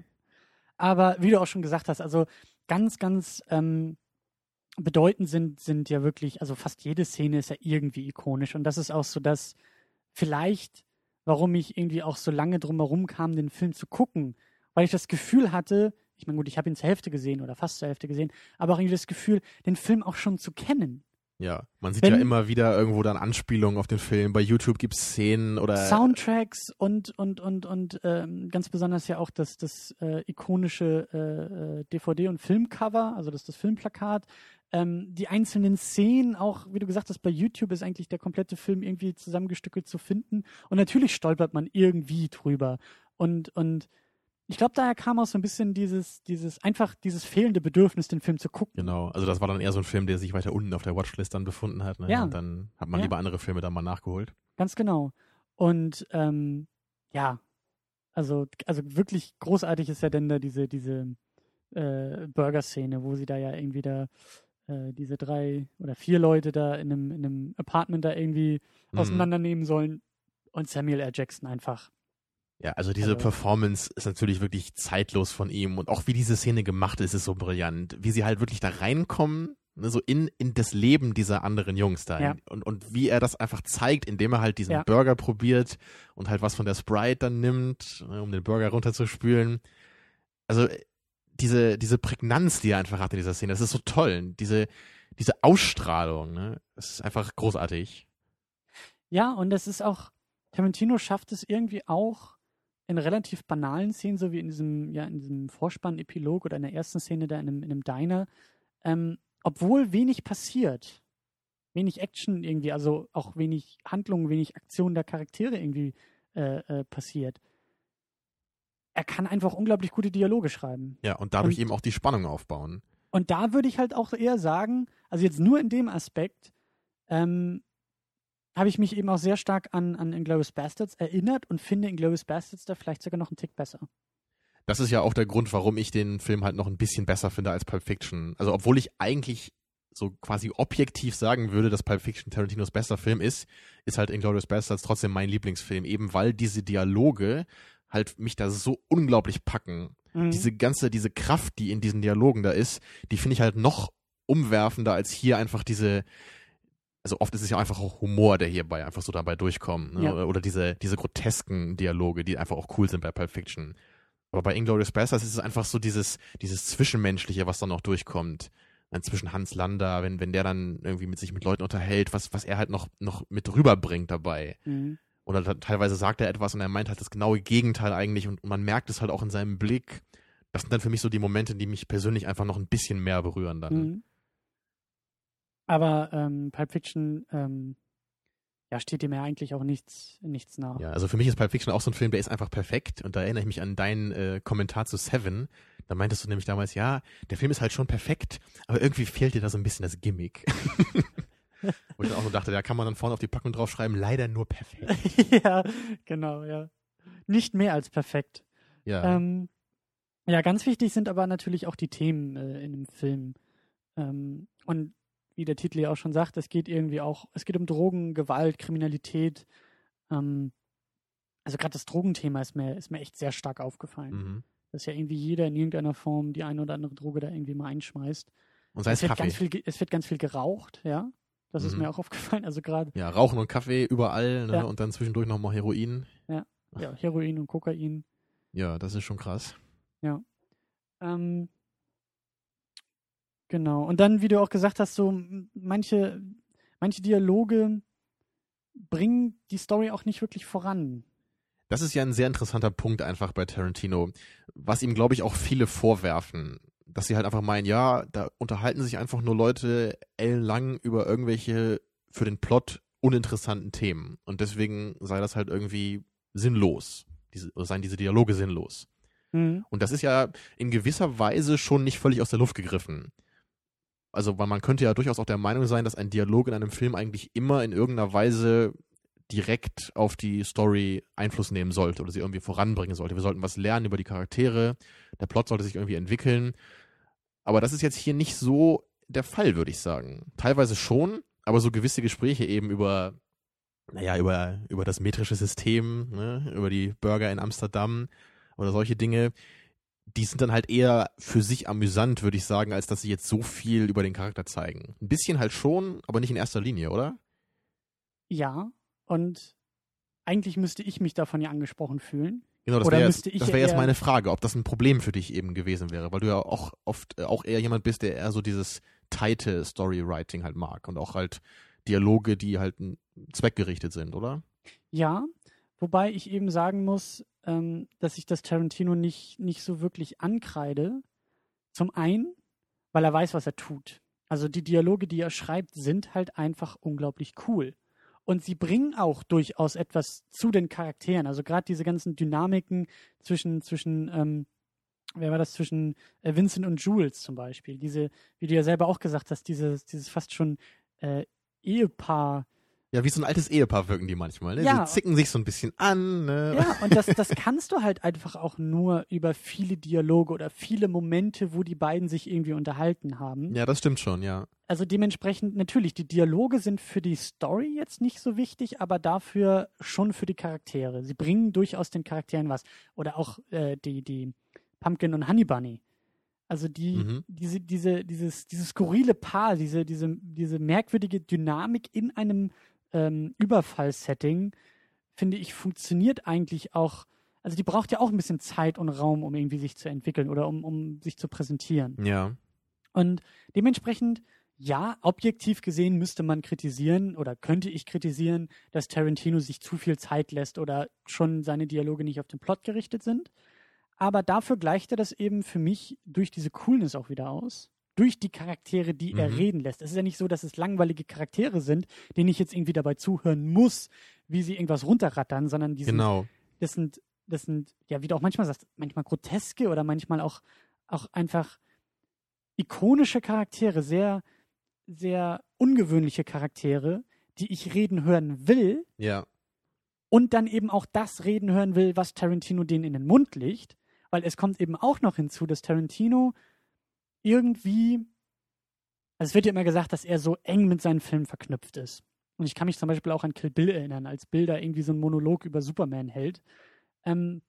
Aber wie du auch schon gesagt hast, also ganz, ganz ähm, bedeutend sind, sind ja wirklich, also fast jede Szene ist ja irgendwie ikonisch. Und das ist auch so das, vielleicht, warum ich irgendwie auch so lange drum herum kam, den Film zu gucken. Weil ich das Gefühl hatte, ich meine, gut, ich habe ihn zur Hälfte gesehen oder fast zur Hälfte gesehen, aber auch irgendwie das Gefühl, den Film auch schon zu kennen. Ja, man sieht Wenn- ja immer wieder irgendwo dann Anspielungen auf den Film. Bei YouTube gibt es Szenen oder Soundtracks und und und und ähm, ganz besonders ja auch das das äh, ikonische äh, äh, D V D und Filmcover, also das das Filmplakat, ähm, die einzelnen Szenen, auch wie du gesagt hast, bei YouTube ist eigentlich der komplette Film irgendwie zusammengestückelt zu finden und natürlich stolpert man irgendwie drüber und und ich glaube, daher kam auch so ein bisschen dieses dieses einfach dieses fehlende Bedürfnis, den Film zu gucken. Genau, also das war dann eher so ein Film, der sich weiter unten auf der Watchlist dann befunden hat. Ne? Ja. Und dann hat man Ja. lieber andere Filme dann mal nachgeholt. Ganz genau. Und ähm, ja, also, also wirklich großartig ist ja dann da diese, diese äh, Burger-Szene, wo sie da ja irgendwie da äh, diese drei oder vier Leute da in einem, in einem Apartment da irgendwie Mhm. auseinandernehmen sollen und Samuel L. Jackson einfach. Ja, also diese Also- Performance ist natürlich wirklich zeitlos von ihm und auch wie diese Szene gemacht ist, ist so brillant. Wie sie halt wirklich da reinkommen, ne, so in, in das Leben dieser anderen Jungs da. Ja. Und, und wie er das einfach zeigt, indem er halt diesen Ja. Burger probiert und halt was von der Sprite dann nimmt, ne, um den Burger runterzuspülen. Also äh, diese, diese Prägnanz, die er einfach hat in dieser Szene, das ist so toll. Diese, diese Ausstrahlung, ne, das ist einfach großartig. Ja, und das ist auch, Tarantino schafft es irgendwie auch in relativ banalen Szenen, so wie in diesem, ja, in diesem Vorspann-Epilog oder in der ersten Szene da in einem, in einem Diner, ähm, obwohl wenig passiert, wenig Action irgendwie, also auch wenig Handlung, wenig Aktion der Charaktere irgendwie äh, äh, passiert. Er kann einfach unglaublich gute Dialoge schreiben. Ja, und dadurch Und- eben auch die Spannung aufbauen. Und da würde ich halt auch eher sagen, also jetzt nur in dem Aspekt, ähm, habe ich mich eben auch sehr stark an, an Inglourious Bastards erinnert und finde Inglourious Bastards da vielleicht sogar noch einen Tick besser. Das ist ja auch der Grund, warum ich den Film halt noch ein bisschen besser finde als Pulp Fiction. Also obwohl ich eigentlich so quasi objektiv sagen würde, dass Pulp Fiction Tarantinos bester Film ist, ist halt Inglourious Bastards trotzdem mein Lieblingsfilm, eben weil diese Dialoge halt mich da so unglaublich packen. Mhm. Diese ganze, diese Kraft, die in diesen Dialogen da ist, die finde ich halt noch umwerfender als hier einfach diese, also oft ist es ja einfach auch Humor, der hierbei einfach so dabei durchkommt. Ne? Ja. Oder, oder diese, diese grotesken Dialoge, die einfach auch cool sind bei Pulp Fiction. Aber bei Inglourious Basterds ist es einfach so dieses, dieses Zwischenmenschliche, was dann noch durchkommt. Dann zwischen Hans Landa, wenn, wenn der dann irgendwie mit sich mit Leuten unterhält, was, was er halt noch, noch mit rüberbringt dabei. Mhm. Oder da, teilweise sagt er etwas und er meint halt das genaue Gegenteil eigentlich und, und man merkt es halt auch in seinem Blick. Das sind dann für mich so die Momente, die mich persönlich einfach noch ein bisschen mehr berühren dann. Mhm. Aber ähm, Pulp Fiction, ähm, ja, steht dem ja eigentlich auch nichts, nichts nach. Ja, also für mich ist Pulp Fiction auch so ein Film, der ist einfach perfekt. Und da erinnere ich mich an deinen äh, Kommentar zu Seven. Da meintest du nämlich damals, ja, der Film ist halt schon perfekt, aber irgendwie fehlt dir da so ein bisschen das Gimmick. Wo ich dann auch so dachte, da kann man dann vorne auf die Packung draufschreiben, leider nur perfekt. Ja, genau, ja. Nicht mehr als perfekt. Ja. Ähm, ja, ganz wichtig sind aber natürlich auch die Themen äh, in dem Film. Ähm, und wie der Titel ja auch schon sagt, es geht irgendwie auch, es geht um Drogen, Gewalt, Kriminalität. Ähm, also gerade das Drogenthema ist mir, ist mir echt sehr stark aufgefallen. Mhm. Dass ja irgendwie jeder in irgendeiner Form die eine oder andere Droge da irgendwie mal einschmeißt. Und sei es es, wird Kaffee. ganz viel, ge- es wird ganz viel geraucht, ja. Das ist Mhm. mir auch aufgefallen. Also gerade Ja, Rauchen und Kaffee überall, ne? Ja. Und dann zwischendurch nochmal Heroin. ja, Heroin und Kokain. Ja, das ist schon krass. Ähm, genau. Und dann, wie du auch gesagt hast, so m- manche, manche Dialoge bringen die Story auch nicht wirklich voran. Das ist ja ein sehr interessanter Punkt einfach bei Tarantino, was ihm, glaube ich, auch viele vorwerfen, dass sie halt einfach meinen, ja, da unterhalten sich einfach nur Leute ellenlang über irgendwelche für den Plot uninteressanten Themen und deswegen sei das halt irgendwie sinnlos, diese, oder seien diese Dialoge sinnlos. Mhm. Und das ist ja in gewisser Weise schon nicht völlig aus der Luft gegriffen. Also, weil man könnte ja durchaus auch der Meinung sein, dass ein Dialog in einem Film eigentlich immer in irgendeiner Weise direkt auf die Story Einfluss nehmen sollte oder sie irgendwie voranbringen sollte. Wir sollten was lernen über die Charaktere, der Plot sollte sich irgendwie entwickeln. Aber das ist jetzt hier nicht so der Fall, würde ich sagen. Teilweise schon, aber so gewisse Gespräche eben über, naja, über, über das metrische System, ne, über die Burger in Amsterdam oder solche Dinge, die sind dann halt eher für sich amüsant, würde ich sagen, als dass sie jetzt so viel über den Charakter zeigen. Ein bisschen halt schon, aber nicht in erster Linie, oder? Ja, und eigentlich müsste ich mich davon ja angesprochen fühlen. Genau, das Oder wäre müsste jetzt, ich das ja wär jetzt eher- meine Frage, ob das ein Problem für dich eben gewesen wäre, weil du ja auch oft äh, auch eher jemand bist, der eher so dieses tighte Storywriting halt mag und auch halt Dialoge, die halt n- zweckgerichtet sind, oder? Ja, wobei ich eben sagen muss, ähm, dass ich das Tarantino nicht, nicht so wirklich ankreide. Zum einen, weil er weiß, was er tut. Also die Dialoge, die er schreibt, sind halt einfach unglaublich cool. Und sie bringen auch durchaus etwas zu den Charakteren. Also gerade diese ganzen Dynamiken zwischen, zwischen, ähm, wer war das, zwischen äh, Vincent und Jules zum Beispiel. Diese, wie du ja selber auch gesagt hast, dieses, dieses fast schon äh, Ehepaar. Ja, wie so ein altes Ehepaar wirken die manchmal, ne? Ja. Sie zicken sich so ein bisschen an, ne? Ja, und das, das kannst du halt einfach auch nur über viele Dialoge oder viele Momente, wo die beiden sich irgendwie unterhalten haben. Ja, das stimmt schon, ja. Also dementsprechend, natürlich, die Dialoge sind für die Story jetzt nicht so wichtig, aber dafür schon für die Charaktere. Sie bringen durchaus den Charakteren was. Oder auch äh, die, die Pumpkin und Honey Bunny. Also die, Mhm. diese, diese, dieses, dieses skurrile Paar, diese, diese, diese merkwürdige Dynamik in einem ähm, Überfall-Setting, finde ich, funktioniert eigentlich auch. Also die braucht ja auch ein bisschen Zeit und Raum, um irgendwie sich zu entwickeln oder um, um sich zu präsentieren. Ja. Und dementsprechend, ja, objektiv gesehen müsste man kritisieren oder könnte ich kritisieren, dass Tarantino sich zu viel Zeit lässt oder schon seine Dialoge nicht auf den Plot gerichtet sind. Aber dafür gleicht er das eben für mich durch diese Coolness auch wieder aus. Durch die Charaktere, die er Mhm. reden lässt. Es ist ja nicht so, dass es langweilige Charaktere sind, denen ich jetzt irgendwie dabei zuhören muss, wie sie irgendwas runterrattern, sondern die sind, Genau. das sind, das sind, ja, wie du auch manchmal sagst, manchmal groteske oder manchmal auch, auch einfach ikonische Charaktere, sehr, sehr ungewöhnliche Charaktere, die ich reden hören will Ja. und dann eben auch das reden hören will, was Tarantino denen in den Mund legt, weil es kommt eben auch noch hinzu, dass Tarantino irgendwie, also es wird ja immer gesagt, dass er so eng mit seinen Filmen verknüpft ist. Und ich kann mich zum Beispiel auch an Kill Bill erinnern, als Bill da irgendwie so einen Monolog über Superman hält. Ähm,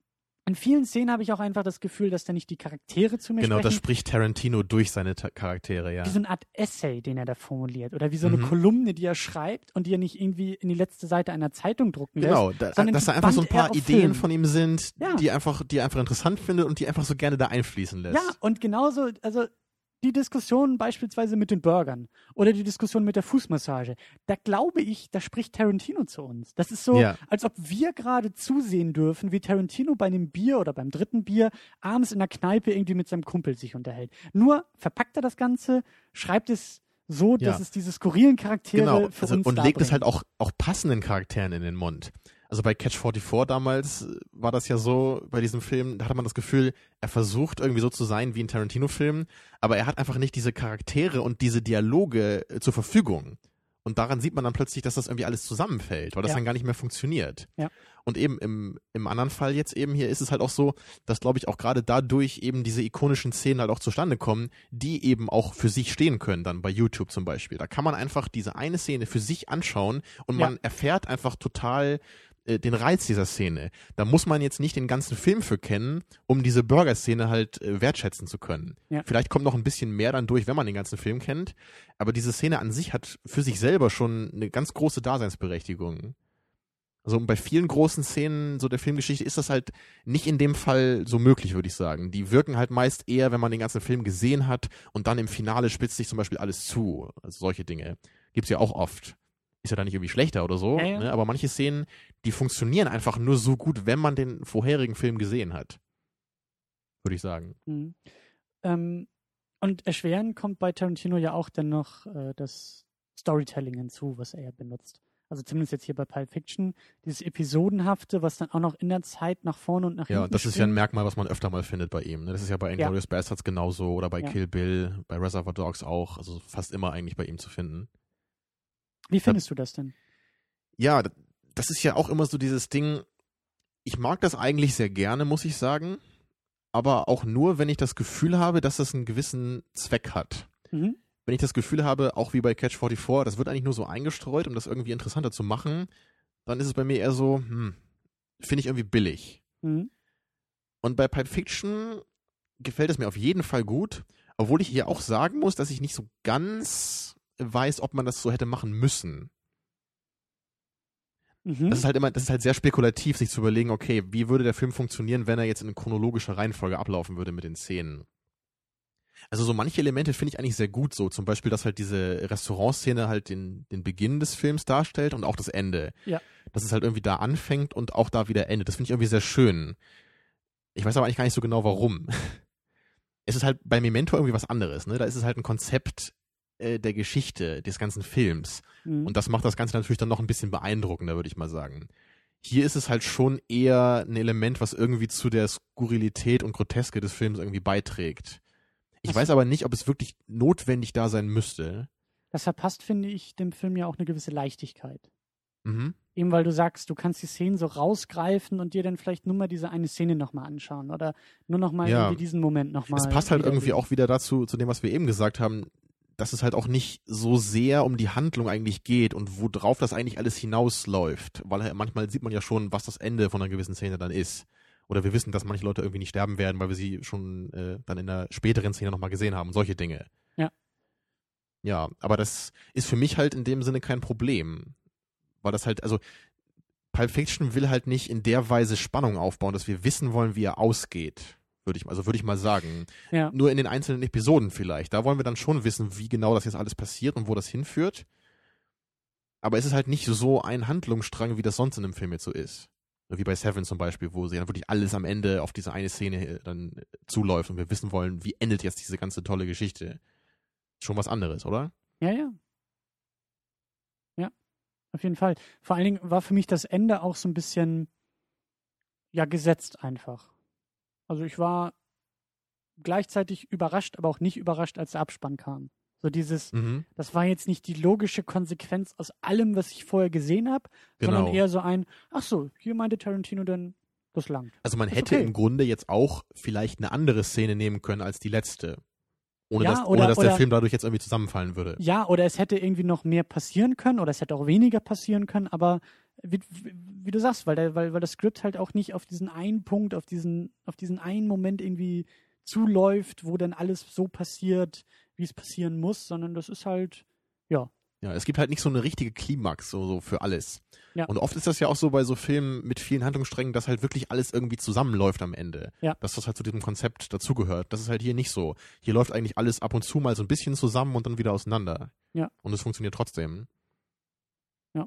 in vielen Szenen habe ich auch einfach das Gefühl, dass da nicht die Charaktere zu mir Genau, sprechen. das spricht Tarantino durch seine Ta- Charaktere, ja. Wie so eine Art Essay, den er da formuliert. Oder wie so eine Mhm. Kolumne, die er schreibt und die er nicht irgendwie in die letzte Seite einer Zeitung drucken Genau, lässt. da, sondern dass die da einfach so ein band er paar auf Ideen Film. von ihm sind, Ja. die, einfach, die er einfach interessant findet und die einfach so gerne da einfließen lässt. Ja, und genauso, also die Diskussion beispielsweise mit den Burgern oder die Diskussion mit der Fußmassage, da glaube ich, da spricht Tarantino zu uns. Das ist so, Ja. als ob wir gerade zusehen dürfen, wie Tarantino bei einem Bier oder beim dritten Bier abends in der Kneipe irgendwie mit seinem Kumpel sich unterhält. Nur verpackt er das Ganze, schreibt es so, Ja. dass es diese skurrilen Charaktere Genau, für also, uns und legt es darbringt. halt auch, auch passenden Charakteren in den Mund. Also bei Catch vierundvierzig damals äh, war das ja so, bei diesem Film, da hatte man das Gefühl, er versucht irgendwie so zu sein wie ein Tarantino-Film, aber er hat einfach nicht diese Charaktere und diese Dialoge äh, zur Verfügung. Und daran sieht man dann plötzlich, dass das irgendwie alles zusammenfällt, weil das Ja. dann gar nicht mehr funktioniert. Ja. Und eben im, im anderen Fall jetzt eben hier ist es halt auch so, dass, glaube ich, auch gerade dadurch eben diese ikonischen Szenen halt auch zustande kommen, die eben auch für sich stehen können, dann bei YouTube zum Beispiel. Da kann man einfach diese eine Szene für sich anschauen und Ja. man erfährt einfach total äh, den Reiz dieser Szene. Da muss man jetzt nicht den ganzen Film für kennen, um diese Burger-Szene halt äh, wertschätzen zu können. Ja. Vielleicht kommt noch ein bisschen mehr dann durch, wenn man den ganzen Film kennt, aber diese Szene an sich hat für sich selber schon eine ganz große Daseinsberechtigung. Also bei vielen großen Szenen so der Filmgeschichte ist das halt nicht in dem Fall so möglich, würde ich sagen. Die wirken halt meist eher, wenn man den ganzen Film gesehen hat und dann im Finale spitzt sich zum Beispiel alles zu. Also solche Dinge gibt's ja auch oft. Ist ja dann nicht irgendwie schlechter oder so, Ja, ja. ne? Aber manche Szenen, die funktionieren einfach nur so gut, wenn man den vorherigen Film gesehen hat. Würde ich sagen. Mhm. Ähm, und erschwerend kommt bei Tarantino ja auch dann noch äh, das Storytelling hinzu, was er ja benutzt. Also zumindest jetzt hier bei Pulp Fiction, dieses Episodenhafte, was dann auch noch in der Zeit nach vorne und nach hinten Ja, das ist ja ein springt. Merkmal, was man öfter mal findet bei ihm. Ne? Das ist ja bei Inglourious Basterds genauso oder bei Ja. Kill Bill, bei Reservoir Dogs auch. Also fast immer eigentlich bei ihm zu finden. Wie findest du das denn? Ja, d- das ist ja auch immer so dieses Ding, ich mag das eigentlich sehr gerne, muss ich sagen, aber auch nur, wenn ich das Gefühl habe, dass das einen gewissen Zweck hat. Mhm. Wenn ich das Gefühl habe, auch wie bei Catch vierundvierzig, das wird eigentlich nur so eingestreut, um das irgendwie interessanter zu machen, dann ist es bei mir eher so, hm, finde ich irgendwie billig. Mhm. Und bei Pulp Fiction gefällt es mir auf jeden Fall gut, obwohl ich hier auch sagen muss, dass ich nicht so ganz weiß, ob man das so hätte machen müssen. Mhm. Das ist halt immer, das ist halt sehr spekulativ, sich zu überlegen, okay, wie würde der Film funktionieren, wenn er jetzt in chronologischer Reihenfolge ablaufen würde mit den Szenen. Also so manche Elemente finde ich eigentlich sehr gut so, zum Beispiel, dass halt diese Restaurantszene halt den, den Beginn des Films darstellt und auch das Ende. Ja. Dass es halt irgendwie da anfängt und auch da wieder endet. Das finde ich irgendwie sehr schön. Ich weiß aber eigentlich gar nicht so genau, warum. Es ist halt bei Memento irgendwie was anderes, ne? Da ist es halt ein Konzept äh, der Geschichte des ganzen Films. Mhm. Und das macht das Ganze natürlich dann noch ein bisschen beeindruckender, würde ich mal sagen. Hier ist es halt schon eher ein Element, was irgendwie zu der Skurrilität und Groteske des Films irgendwie beiträgt. Ich Ach so. weiß aber nicht, ob es wirklich notwendig da sein müsste. Das verpasst, finde ich, dem Film ja auch eine gewisse Leichtigkeit. Mhm. Eben weil du sagst, du kannst die Szenen so rausgreifen und dir dann vielleicht nur mal diese eine Szene nochmal anschauen oder nur nochmal Ja. irgendwie diesen Moment nochmal. Es passt halt irgendwie auch wieder dazu, zu dem, was wir eben gesagt haben, dass es halt auch nicht so sehr um die Handlung eigentlich geht und worauf das eigentlich alles hinausläuft. Weil halt manchmal sieht man ja schon, was das Ende von einer gewissen Szene dann ist. Oder wir wissen, dass manche Leute irgendwie nicht sterben werden, weil wir sie schon äh, dann in einer späteren Szene nochmal gesehen haben. Solche Dinge. Ja. Ja, aber das ist für mich halt in dem Sinne kein Problem. Weil das halt, also Pulp Fiction will halt nicht in der Weise Spannung aufbauen, dass wir wissen wollen, wie er ausgeht. Würde ich, also würde ich mal sagen. Ja. Nur in den einzelnen Episoden vielleicht. Da wollen wir dann schon wissen, wie genau das jetzt alles passiert und wo das hinführt. Aber es ist halt nicht so ein Handlungsstrang, wie das sonst in einem Film jetzt so ist. Wie bei Seven zum Beispiel, wo sie dann wirklich alles am Ende auf diese eine Szene dann zuläuft und wir wissen wollen, wie endet jetzt diese ganze tolle Geschichte. Schon was anderes, oder? Ja, ja. Ja, auf jeden Fall. Vor allen Dingen war für mich das Ende auch so ein bisschen, ja, gesetzt einfach. Also ich war gleichzeitig überrascht, aber auch nicht überrascht, als der Abspann kam. So dieses, Mhm. das war jetzt nicht die logische Konsequenz aus allem, was ich vorher gesehen habe, Genau. sondern eher so ein, ach so, hier meinte Tarantino dann, das langt. Also man Ist hätte okay. im Grunde jetzt auch vielleicht eine andere Szene nehmen können als die letzte. Ohne Ja, dass, oder- ohne dass der oder- Film dadurch jetzt irgendwie zusammenfallen würde. Ja, oder es hätte irgendwie noch mehr passieren können oder es hätte auch weniger passieren können, aber wie, wie, wie du sagst, weil, der, weil, weil das Skript halt auch nicht auf diesen einen Punkt, auf diesen, auf diesen einen Moment irgendwie zuläuft, wo dann alles so passiert, wie es passieren muss, sondern das ist halt, ja. Ja, es gibt halt nicht so eine richtige Klimax so, so für alles. Ja. Und oft ist das ja auch so bei so Filmen mit vielen Handlungssträngen, dass halt wirklich alles irgendwie zusammenläuft am Ende. Ja. Dass das halt zu diesem Konzept dazugehört. Das ist halt hier nicht so. Hier läuft eigentlich alles ab und zu mal so ein bisschen zusammen und dann wieder auseinander. Ja. Und es funktioniert trotzdem. Ja.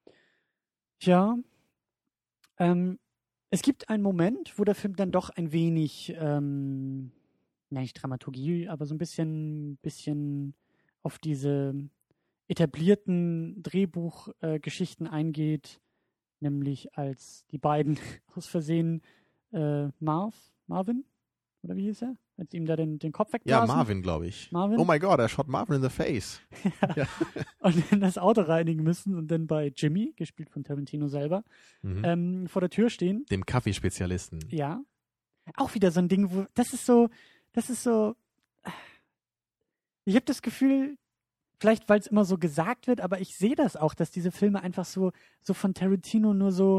Tja, ähm, es gibt einen Moment, wo der Film dann doch ein wenig, ähm, ja, nicht Dramaturgie, aber so ein bisschen, bisschen auf diese etablierten Drehbuchgeschichten äh, eingeht, nämlich als die beiden aus Versehen äh, Marv, Marvin, oder wie hieß er? Als ihm da den, den Kopf wegblasen. Ja, Marvin, glaube ich. Marvin? Oh my God, er shot Marvin in the face. ja. Und dann das Auto reinigen müssen und dann bei Jimmy, gespielt von Tarantino selber, Mhm. ähm, vor der Tür stehen. Dem Kaffeespezialisten. Ja. Auch wieder so ein Ding, wo, das ist so, das ist so, ich habe das Gefühl, vielleicht weil es immer so gesagt wird, aber ich sehe das auch, dass diese Filme einfach so, so von Tarantino nur so,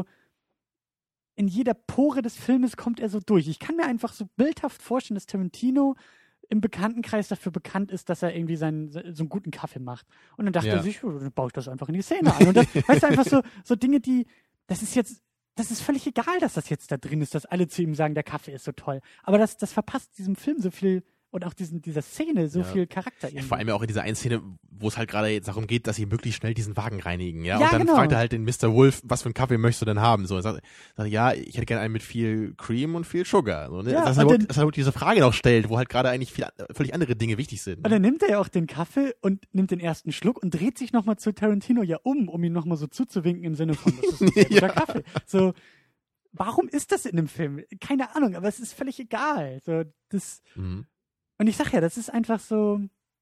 in jeder Pore des Filmes kommt er so durch. Ich kann mir einfach so bildhaft vorstellen, dass Tarantino im Bekanntenkreis dafür bekannt ist, dass er irgendwie seinen, so einen guten Kaffee macht. Und dann dachte Ja. er sich, oh, dann baue ich das einfach in die Szene ein. Und das, weißt du, einfach so, so Dinge, die, das ist jetzt, das ist völlig egal, dass das jetzt da drin ist, dass alle zu ihm sagen, der Kaffee ist so toll. Aber das, das verpasst diesem Film so viel und auch diesen, dieser Szene so Ja. viel Charakter. Ja, vor allem ja auch in dieser einen Szene, wo es halt gerade jetzt darum geht, dass sie möglichst schnell diesen Wagen reinigen, ja. Ja, und dann genau. fragt er halt den Mister Wolf, was für einen Kaffee möchtest du denn haben? So, er sagt, sagt ja, ich hätte gerne einen mit viel Cream und viel Sugar. So, ne? Ja, dass, und er dann- überhaupt, dass er überhaupt diese Frage noch stellt, wo halt gerade eigentlich viel, völlig andere Dinge wichtig sind. Und dann nimmt er ja auch den Kaffee und nimmt den ersten Schluck und dreht sich nochmal zu Tarantino ja um, um ihn nochmal so zuzuwinken im Sinne von, das ist ein sehr guter Ja. Kaffee. So, warum ist das in dem Film? Keine Ahnung, aber es ist völlig egal. So, das, Mhm. und ich sag ja, das ist einfach so,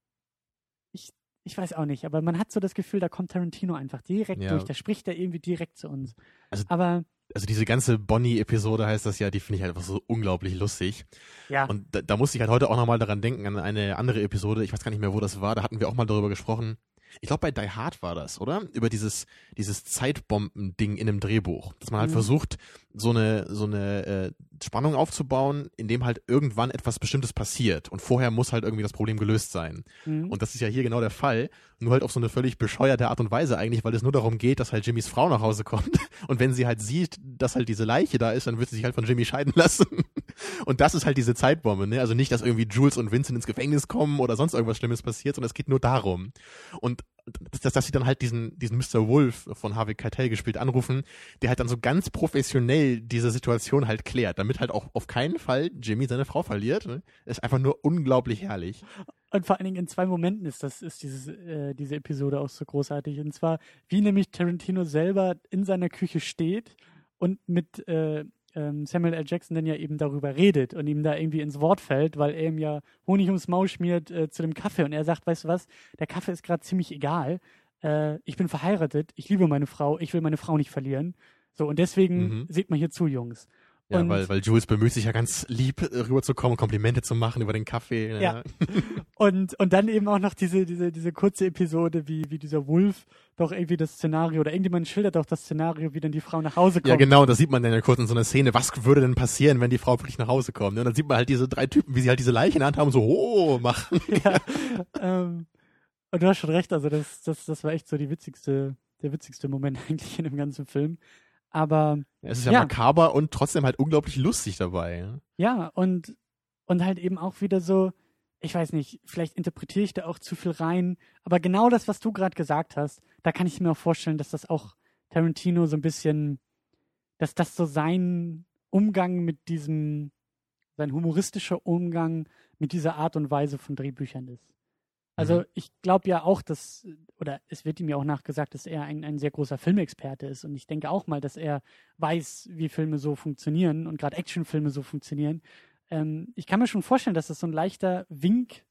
ich, ich weiß auch nicht, aber man hat so das Gefühl, da kommt Tarantino einfach direkt Ja. durch, da spricht er irgendwie direkt zu uns. Also- aber, Also diese ganze Bonnie-Episode heißt das ja, die finde ich halt einfach so unglaublich lustig. ja, Und da, da musste ich halt heute auch nochmal daran denken, an eine andere Episode, ich weiß gar nicht mehr, wo das war, da hatten wir auch mal darüber gesprochen. Ich glaube, bei Die Hard war das, oder? Über dieses, dieses Zeitbomben-Ding in einem Drehbuch. Dass man halt Mhm. versucht, so eine, so eine äh, Spannung aufzubauen, in dem halt irgendwann etwas Bestimmtes passiert. Und vorher muss halt irgendwie das Problem gelöst sein. mhm. Und das ist ja hier genau der Fall. Nur halt auf so eine völlig bescheuerte Art und Weise eigentlich, weil es nur darum geht, dass halt Jimmys Frau nach Hause kommt. Und wenn sie halt sieht, dass halt diese Leiche da ist, dann wird sie sich halt von Jimmy scheiden lassen. Und das ist halt diese Zeitbombe, ne? Also nicht, dass irgendwie Jules und Vincent ins Gefängnis kommen oder sonst irgendwas Schlimmes passiert, sondern es geht nur darum. Und dass, dass sie dann halt diesen, diesen Mister Wolf von Harvey Keitel gespielt anrufen, der halt dann so ganz professionell diese Situation halt klärt, damit halt auch auf keinen Fall Jimmy seine Frau verliert. Ne? Ist einfach nur unglaublich herrlich. Und vor allen Dingen in zwei Momenten ist das, ist dieses, äh, diese Episode auch so großartig. Und zwar, wie nämlich Tarantino selber in seiner Küche steht und mit äh, ähm, Samuel L. Jackson dann ja eben darüber redet und ihm da irgendwie ins Wort fällt, weil er ihm ja Honig ums Maul schmiert äh, zu dem Kaffee. Und er sagt, weißt du was, der Kaffee ist gerade ziemlich egal. Äh, ich bin verheiratet, ich liebe meine Frau, ich will meine Frau nicht verlieren. So, und deswegen Mhm. seht mal hier zu, Jungs. Ja, Und- weil, weil Jules bemüht sich ja ganz lieb äh, rüberzukommen, Komplimente zu machen über den Kaffee. ne? Ja. Und, und dann eben auch noch diese, diese, diese kurze Episode, wie, wie dieser Wolf doch irgendwie das Szenario, oder irgendjemand schildert doch das Szenario, wie dann die Frau nach Hause kommt. Ja, genau, das sieht man dann ja kurz in so einer Szene. Was würde denn passieren, wenn die Frau wirklich nach Hause kommt? ne? Und dann sieht man halt diese drei Typen, wie sie halt diese Leiche in der Hand haben, so, oh, machen. Ja, ähm, und du hast schon recht, also das, das, das war echt so die witzigste, der witzigste Moment eigentlich in dem ganzen Film. Aber Es ist ja, Ja. makaber und trotzdem halt unglaublich lustig dabei. ja. ja, und, und halt eben auch wieder so, ich weiß nicht, vielleicht interpretiere ich da auch zu viel rein, aber genau das, was du gerade gesagt hast, da kann ich mir auch vorstellen, dass das auch Tarantino so ein bisschen, dass das so sein Umgang mit diesem, sein humoristischer Umgang mit dieser Art und Weise von Drehbüchern ist. Also Mhm. ich glaube ja auch, dass, oder es wird ihm ja auch nachgesagt, dass er ein, ein sehr großer Filmexperte ist. Und ich denke auch mal, dass er weiß, wie Filme so funktionieren und gerade Actionfilme so funktionieren. Ähm, ich kann mir schon vorstellen, dass das so ein leichter Wink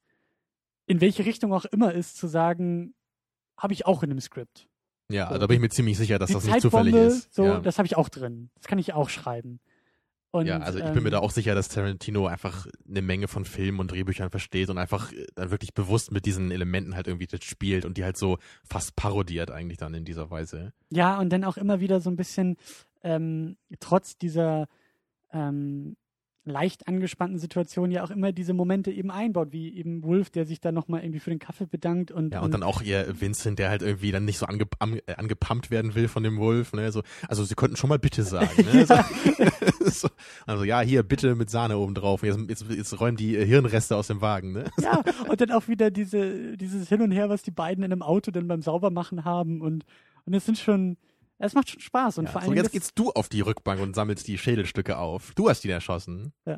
in welche Richtung auch immer ist, zu sagen, habe ich auch in einem Skript. Ja, So. da bin ich mir ziemlich sicher, dass Die das nicht zufällig Zeitbombe, ist. so, ja. das habe ich auch drin. Das kann ich auch schreiben. Und, ja, also ich ähm, bin mir da auch sicher, dass Tarantino einfach eine Menge von Filmen und Drehbüchern versteht und einfach dann wirklich bewusst mit diesen Elementen halt irgendwie das spielt und die halt so fast parodiert eigentlich dann in dieser Weise. Ja, und dann auch immer wieder so ein bisschen, ähm, trotz dieser ähm, leicht angespannten Situation ja auch immer diese Momente eben einbaut, wie eben Wolf, der sich dann nochmal irgendwie für den Kaffee bedankt und Ja, und, und dann auch ihr Vincent, der halt irgendwie dann nicht so ange, am, äh, angepumpt werden will von dem Wolf, ne, so, also sie könnten schon mal bitte sagen, ne, ja. so, so, also ja, hier, bitte mit Sahne oben drauf, jetzt, jetzt, jetzt räumen die Hirnreste aus dem Wagen, ne. Ja, und dann auch wieder diese, dieses Hin und Her, was die beiden in einem Auto dann beim Saubermachen haben und, und es sind schon, es macht schon Spaß und Ja, vor so, allem. jetzt gehst du auf die Rückbank und sammelst die Schädelstücke auf. Du hast ihn erschossen. Ja.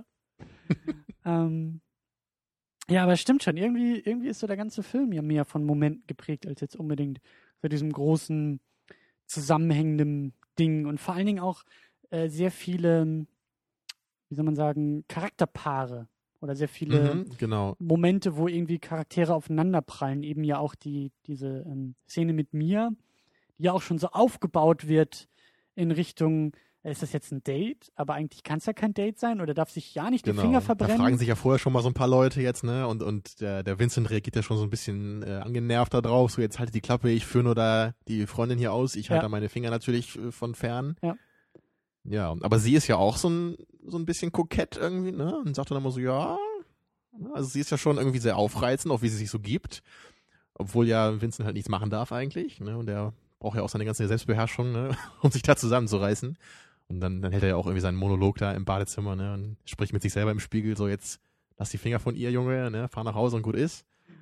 ähm, ja, aber es stimmt schon. Irgendwie, irgendwie ist so der ganze Film ja mehr von Momenten geprägt, als jetzt unbedingt so diesem großen, zusammenhängenden Ding. Und vor allen Dingen auch äh, sehr viele, wie soll man sagen, Charakterpaare oder sehr viele Mhm, genau. Momente, wo irgendwie Charaktere aufeinanderprallen. Eben ja auch die, diese ähm, Szene mit Mia, die ja auch schon so aufgebaut wird in Richtung, ist das jetzt ein Date? Aber eigentlich kann es ja kein Date sein oder darf sich ja nicht Genau. die Finger Da verbrennen. fragen sich ja vorher schon mal so ein paar Leute jetzt, ne? Und, und der, der Vincent reagiert ja schon so ein bisschen äh, angenervt da drauf. So, jetzt haltet die Klappe, ich führe nur da die Freundin hier aus. Ich halte Ja. da meine Finger natürlich äh, von fern. Ja. Ja, aber sie ist ja auch so ein, so ein bisschen kokett irgendwie, ne? Und sagt dann immer so, ja. Also sie ist ja schon irgendwie sehr aufreizend, auch wie sie sich so gibt. Obwohl ja Vincent halt nichts machen darf eigentlich, ne? Und der braucht ja auch seine ganze Selbstbeherrschung, ne? Um sich da zusammenzureißen. Und dann, dann hält er ja auch irgendwie seinen Monolog da im Badezimmer, ne? Und spricht mit sich selber im Spiegel, so jetzt lass die Finger von ihr, Junge, ne? Fahr nach Hause und gut ist.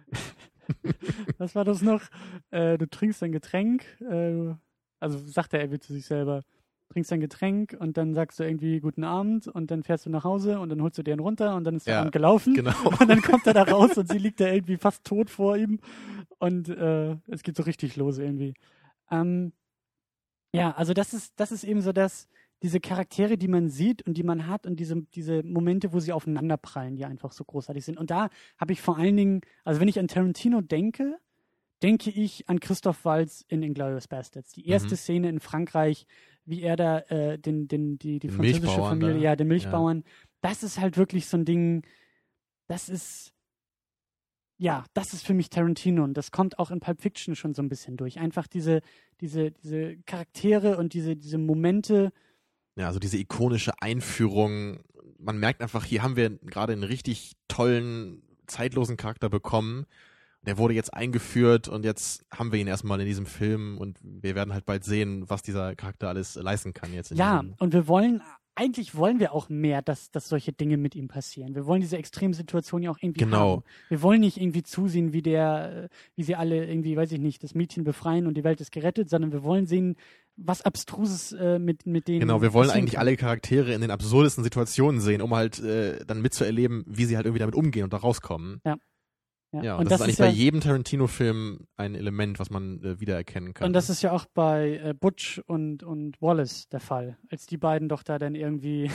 Was war das noch? Äh, du trinkst ein Getränk, äh, also sagt er irgendwie zu sich selber, trinkst ein Getränk und dann sagst du irgendwie guten Abend und dann fährst du nach Hause und dann holst du den runter und dann ist der Ja, Abend gelaufen. Genau. Und dann kommt er da raus und sie liegt da irgendwie fast tot vor ihm und äh, es geht so richtig los irgendwie. Ähm, ja, also das ist, das ist eben so das, diese Charaktere, die man sieht und die man hat und diese, diese Momente, wo sie aufeinanderprallen, die einfach so großartig sind. Und da habe ich vor allen Dingen, also wenn ich an Tarantino denke, denke ich an Christoph Waltz in Inglourious Basterds. Die erste Mhm. Szene in Frankreich, wie er da äh, den, den, die, die Den französische Milchbauern Familie, da. ja, den Milchbauern, das ist halt wirklich so ein Ding, das ist, ja, das ist für mich Tarantino und das kommt auch in Pulp Fiction schon so ein bisschen durch. Einfach diese, diese, diese Charaktere und diese, diese Momente. Ja, also diese ikonische Einführung. Man merkt einfach, hier haben wir gerade einen richtig tollen, zeitlosen Charakter bekommen. Der wurde jetzt eingeführt und jetzt haben wir ihn erstmal in diesem Film und wir werden halt bald sehen, was dieser Charakter alles leisten kann jetzt. In Ja, diesem und wir wollen, eigentlich wollen wir auch mehr, dass, dass solche Dinge mit ihm passieren. Wir wollen diese Extremsituation ja auch irgendwie Genau. haben. Wir wollen nicht irgendwie zusehen, wie der, äh, wie sie alle irgendwie, weiß ich nicht, das Mädchen befreien und die Welt ist gerettet, sondern wir wollen sehen, was Abstruses äh, mit, mit denen Genau, wir wollen passieren eigentlich kann. alle Charaktere in den absurdesten Situationen sehen, um halt äh, dann mitzuerleben, wie sie halt irgendwie damit umgehen und da rauskommen. Ja. Ja, Ja, und, und das, das ist eigentlich ist ja, bei jedem Tarantino-Film ein Element, was man äh, wiedererkennen kann. und das ist ja auch bei äh, Butch und, und Wallace der Fall. Als die beiden doch da dann irgendwie,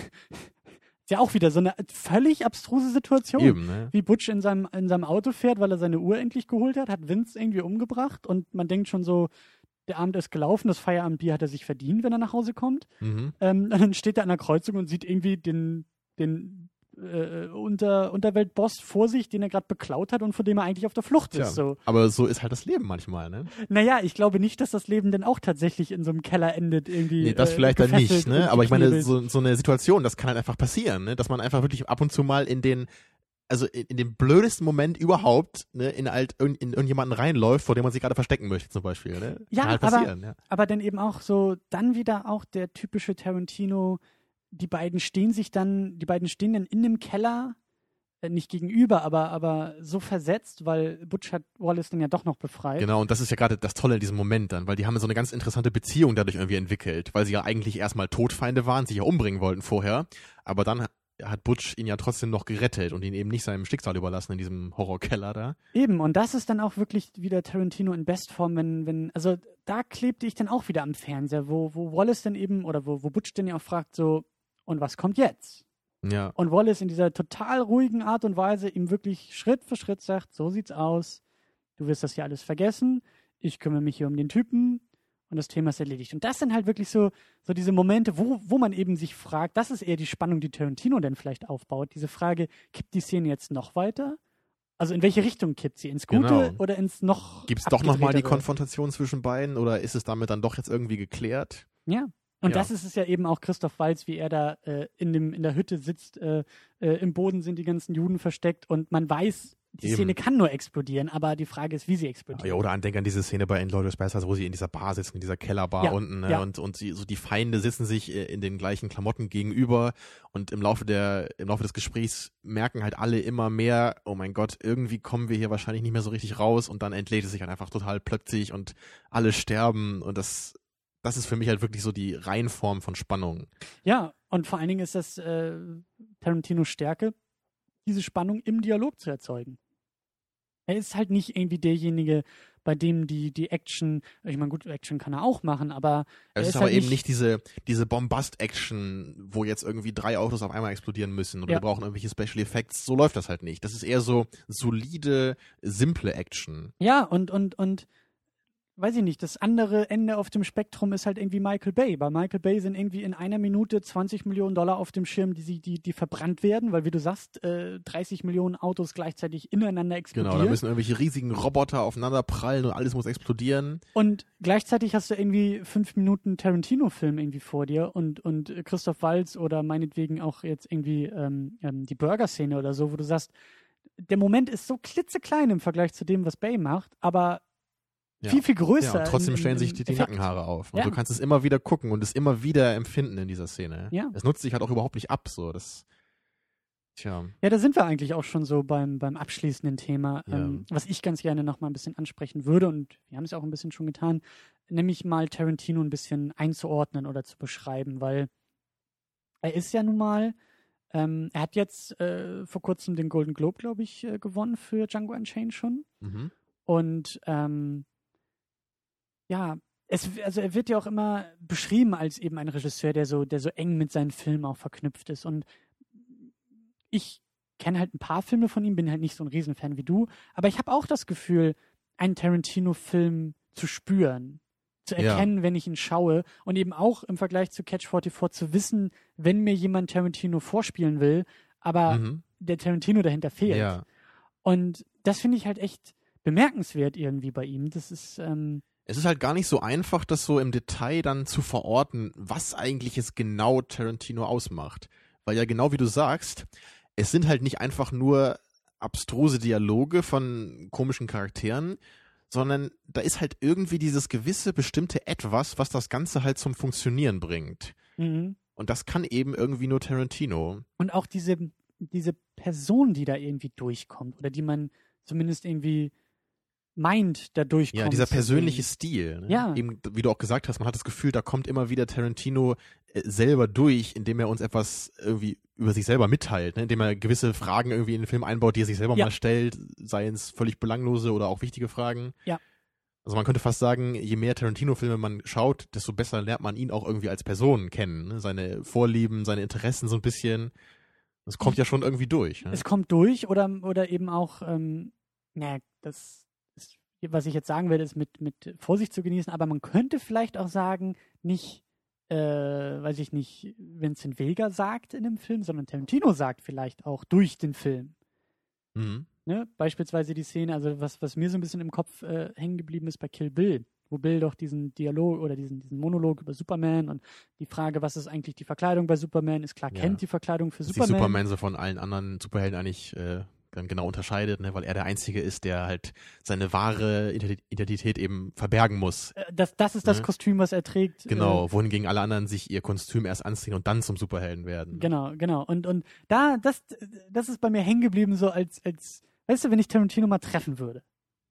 ist ja auch wieder so eine völlig abstruse Situation. Eben, ne? Wie Butch in seinem, in seinem Auto fährt, weil er seine Uhr endlich geholt hat, hat Vince irgendwie umgebracht und man denkt schon so, der Abend ist gelaufen, das Feierabendbier hat er sich verdient, wenn er nach Hause kommt. Mhm. Ähm, und dann steht er an der Kreuzung und sieht irgendwie den, den äh, Unter, Unterweltboss vor sich, den er gerade beklaut hat und vor dem er eigentlich auf der Flucht Tja, ist. So. aber so ist halt das Leben manchmal, ne? Naja, ich glaube nicht, dass das Leben dann auch tatsächlich in so einem Keller endet. Irgendwie, Nee, das äh, vielleicht dann nicht, gefesselt ne? und Aber ich meine, geknebelt. so, so eine Situation, das kann halt einfach passieren, ne? Dass man einfach wirklich ab und zu mal in den, also in, in dem blödesten Moment überhaupt, ne, in halt in, in irgendjemanden reinläuft, vor dem man sich gerade verstecken möchte, zum Beispiel, ne? Ja, kann halt aber- passieren, ja. Aber dann eben auch so, dann wieder auch der typische Tarantino, die beiden stehen sich dann, die beiden stehen dann in dem Keller, äh, nicht gegenüber, aber, aber so versetzt, weil Butch hat Wallace dann ja doch noch befreit. Genau, und das ist ja gerade das Tolle in diesem Moment dann, weil die haben so eine ganz interessante Beziehung dadurch irgendwie entwickelt, weil sie ja eigentlich erstmal Todfeinde waren, sich ja umbringen wollten vorher, aber dann hat Butch ihn ja trotzdem noch gerettet und ihn eben nicht seinem Schicksal überlassen in diesem Horrorkeller da. Eben, und das ist dann auch wirklich wieder Tarantino in Bestform, wenn, wenn, also da klebte ich dann auch wieder am Fernseher, wo, wo Wallace dann eben, oder wo, wo Butch dann ja auch fragt, so, und was kommt jetzt? Ja, Und Wallace in dieser total ruhigen Art und Weise ihm wirklich Schritt für Schritt sagt, so sieht's aus, du wirst das hier alles vergessen, ich kümmere mich hier um den Typen und das Thema ist erledigt. Und das sind halt wirklich so, so diese Momente, wo, wo man eben sich fragt, das ist eher die Spannung, die Tarantino dann vielleicht aufbaut. Diese Frage, kippt die Szene jetzt noch weiter? Also in welche Richtung kippt sie? Ins Gute Genau. oder ins noch Gibt es doch nochmal die abgedrehtere? Konfrontation zwischen beiden oder ist es damit dann doch jetzt irgendwie geklärt? Ja. Und Ja. das ist es ja eben auch Christoph Waltz, wie er da äh, in, dem, in der Hütte sitzt. Äh, äh, im Boden sind die ganzen Juden versteckt und man weiß, die Eben. Szene kann nur explodieren, aber die Frage ist, wie sie explodiert. Ja, oder an denk an diese Szene bei Inglourious Basterds, wo sie in dieser Bar sitzen, in dieser Kellerbar Ja, unten, ne? ja. und und sie, so die Feinde sitzen sich äh, in den gleichen Klamotten gegenüber und im Laufe der im Laufe des Gesprächs merken halt alle immer mehr, oh mein Gott, irgendwie kommen wir hier wahrscheinlich nicht mehr so richtig raus und dann entlädt es sich halt einfach total plötzlich und alle sterben und das das ist für mich halt wirklich so die Reinform von Spannung. Ja, und vor allen Dingen ist das äh, Tarantinos Stärke, diese Spannung im Dialog zu erzeugen. Er ist halt nicht irgendwie derjenige, bei dem die, die Action, ich meine, gut, Action kann er auch machen, aber er Es ist ist aber halt eben nicht diese, diese Bombast-Action, wo jetzt irgendwie drei Autos auf einmal explodieren müssen oder Ja. wir brauchen irgendwelche Special Effects. So läuft das halt nicht. Das ist eher so solide, simple Action. Ja, und, und, und, weiß ich nicht, das andere Ende auf dem Spektrum ist halt irgendwie Michael Bay. Bei Michael Bay sind irgendwie in einer Minute zwanzig Millionen Dollar auf dem Schirm, die, sie- die, die verbrannt werden, weil wie du sagst, äh, dreißig Millionen Autos gleichzeitig ineinander explodieren. Genau, da müssen irgendwelche riesigen Roboter aufeinander prallen und alles muss explodieren. Und gleichzeitig hast du irgendwie fünf Minuten Tarantino-Film irgendwie vor dir und, und Christoph Waltz oder meinetwegen auch jetzt irgendwie ähm, ähm, die Burger-Szene oder so, wo du sagst, der Moment ist so klitzeklein im Vergleich zu dem, was Bay macht, aber Ja. viel, viel größer. Ja, und trotzdem in- in- stellen im sich die, die Effekt. Nackenhaare auf. Und Ja. du kannst es immer wieder gucken und es immer wieder empfinden in dieser Szene. Ja. Es nutzt sich halt auch überhaupt nicht ab. So. Das, tja. Ja, da sind wir eigentlich auch schon so beim, beim abschließenden Thema, Ja. ähm, was ich ganz gerne noch mal ein bisschen ansprechen würde und wir haben es auch ein bisschen schon getan, nämlich mal Tarantino ein bisschen einzuordnen oder zu beschreiben, weil er ist ja nun mal, ähm, er hat jetzt äh, vor kurzem den Golden Globe, glaube ich, äh, gewonnen für Django Unchained schon Mhm. und ähm, ja, es, also er wird ja auch immer beschrieben als eben ein Regisseur, der so, der so eng mit seinen Filmen auch verknüpft ist und ich kenne halt ein paar Filme von ihm, bin halt nicht so ein Riesenfan wie du, aber ich habe auch das Gefühl, einen Tarantino-Film zu spüren, zu Ja. erkennen, wenn ich ihn schaue und eben auch im Vergleich zu Catch vierundvierzig zu wissen, wenn mir jemand Tarantino vorspielen will, aber Mhm. der Tarantino dahinter fehlt. Ja. Und das finde ich halt echt bemerkenswert irgendwie bei ihm. Das ist, ähm, Es ist halt gar nicht so einfach, das so im Detail dann zu verorten, was eigentlich es genau Tarantino ausmacht. Weil ja genau wie du sagst, es sind halt nicht einfach nur abstruse Dialoge von komischen Charakteren, sondern da ist halt irgendwie dieses gewisse bestimmte Etwas, was das Ganze halt zum Funktionieren bringt. mhm. Und das kann eben irgendwie nur Tarantino. Und auch diese, diese Person, die da irgendwie durchkommt oder die man zumindest irgendwie meint, da durchkommt. Ja, dieser zu persönliche sehen. Stil. Ne? Ja. Eben, wie du auch gesagt hast, man hat das Gefühl, da kommt immer wieder Tarantino äh, selber durch, indem er uns etwas irgendwie über sich selber mitteilt, ne? Indem er gewisse Fragen irgendwie in den Film einbaut, die er sich selber Ja. mal stellt, seien es völlig belanglose oder auch wichtige Fragen. Ja. Also man könnte fast sagen, je mehr Tarantino-Filme man schaut, desto besser lernt man ihn auch irgendwie als Person kennen. Ne? Seine Vorlieben, seine Interessen so ein bisschen. Das kommt ja schon irgendwie durch. Ne? Es kommt durch oder, oder eben auch, ähm, naja, das ist, was ich jetzt sagen werde, ist mit, mit Vorsicht zu genießen, aber man könnte vielleicht auch sagen, nicht, äh, weiß ich nicht, Vincent Vega sagt in dem Film, sondern Tarantino sagt vielleicht auch durch den Film. Mhm. Ne? Beispielsweise die Szene, also was, was mir so ein bisschen im Kopf äh, hängen geblieben ist bei Kill Bill, wo Bill doch diesen Dialog oder diesen, diesen Monolog über Superman und die Frage, was ist eigentlich die Verkleidung bei Superman, ist klar, Ja. kennt die Verkleidung für Dass sich Superman. Superman so von allen anderen Superhelden eigentlich äh, dann genau unterscheidet, ne? Weil er der Einzige ist, der halt seine wahre Identi- Identität eben verbergen muss. Äh, Das, das ist das Ne? Kostüm, was er trägt. Genau, wohingegen alle anderen sich ihr Kostüm erst anziehen und dann zum Superhelden werden. Äh, genau, genau. Und, und da, das, das ist bei mir hängen geblieben, so als, als, weißt du, wenn ich Tarantino mal treffen würde.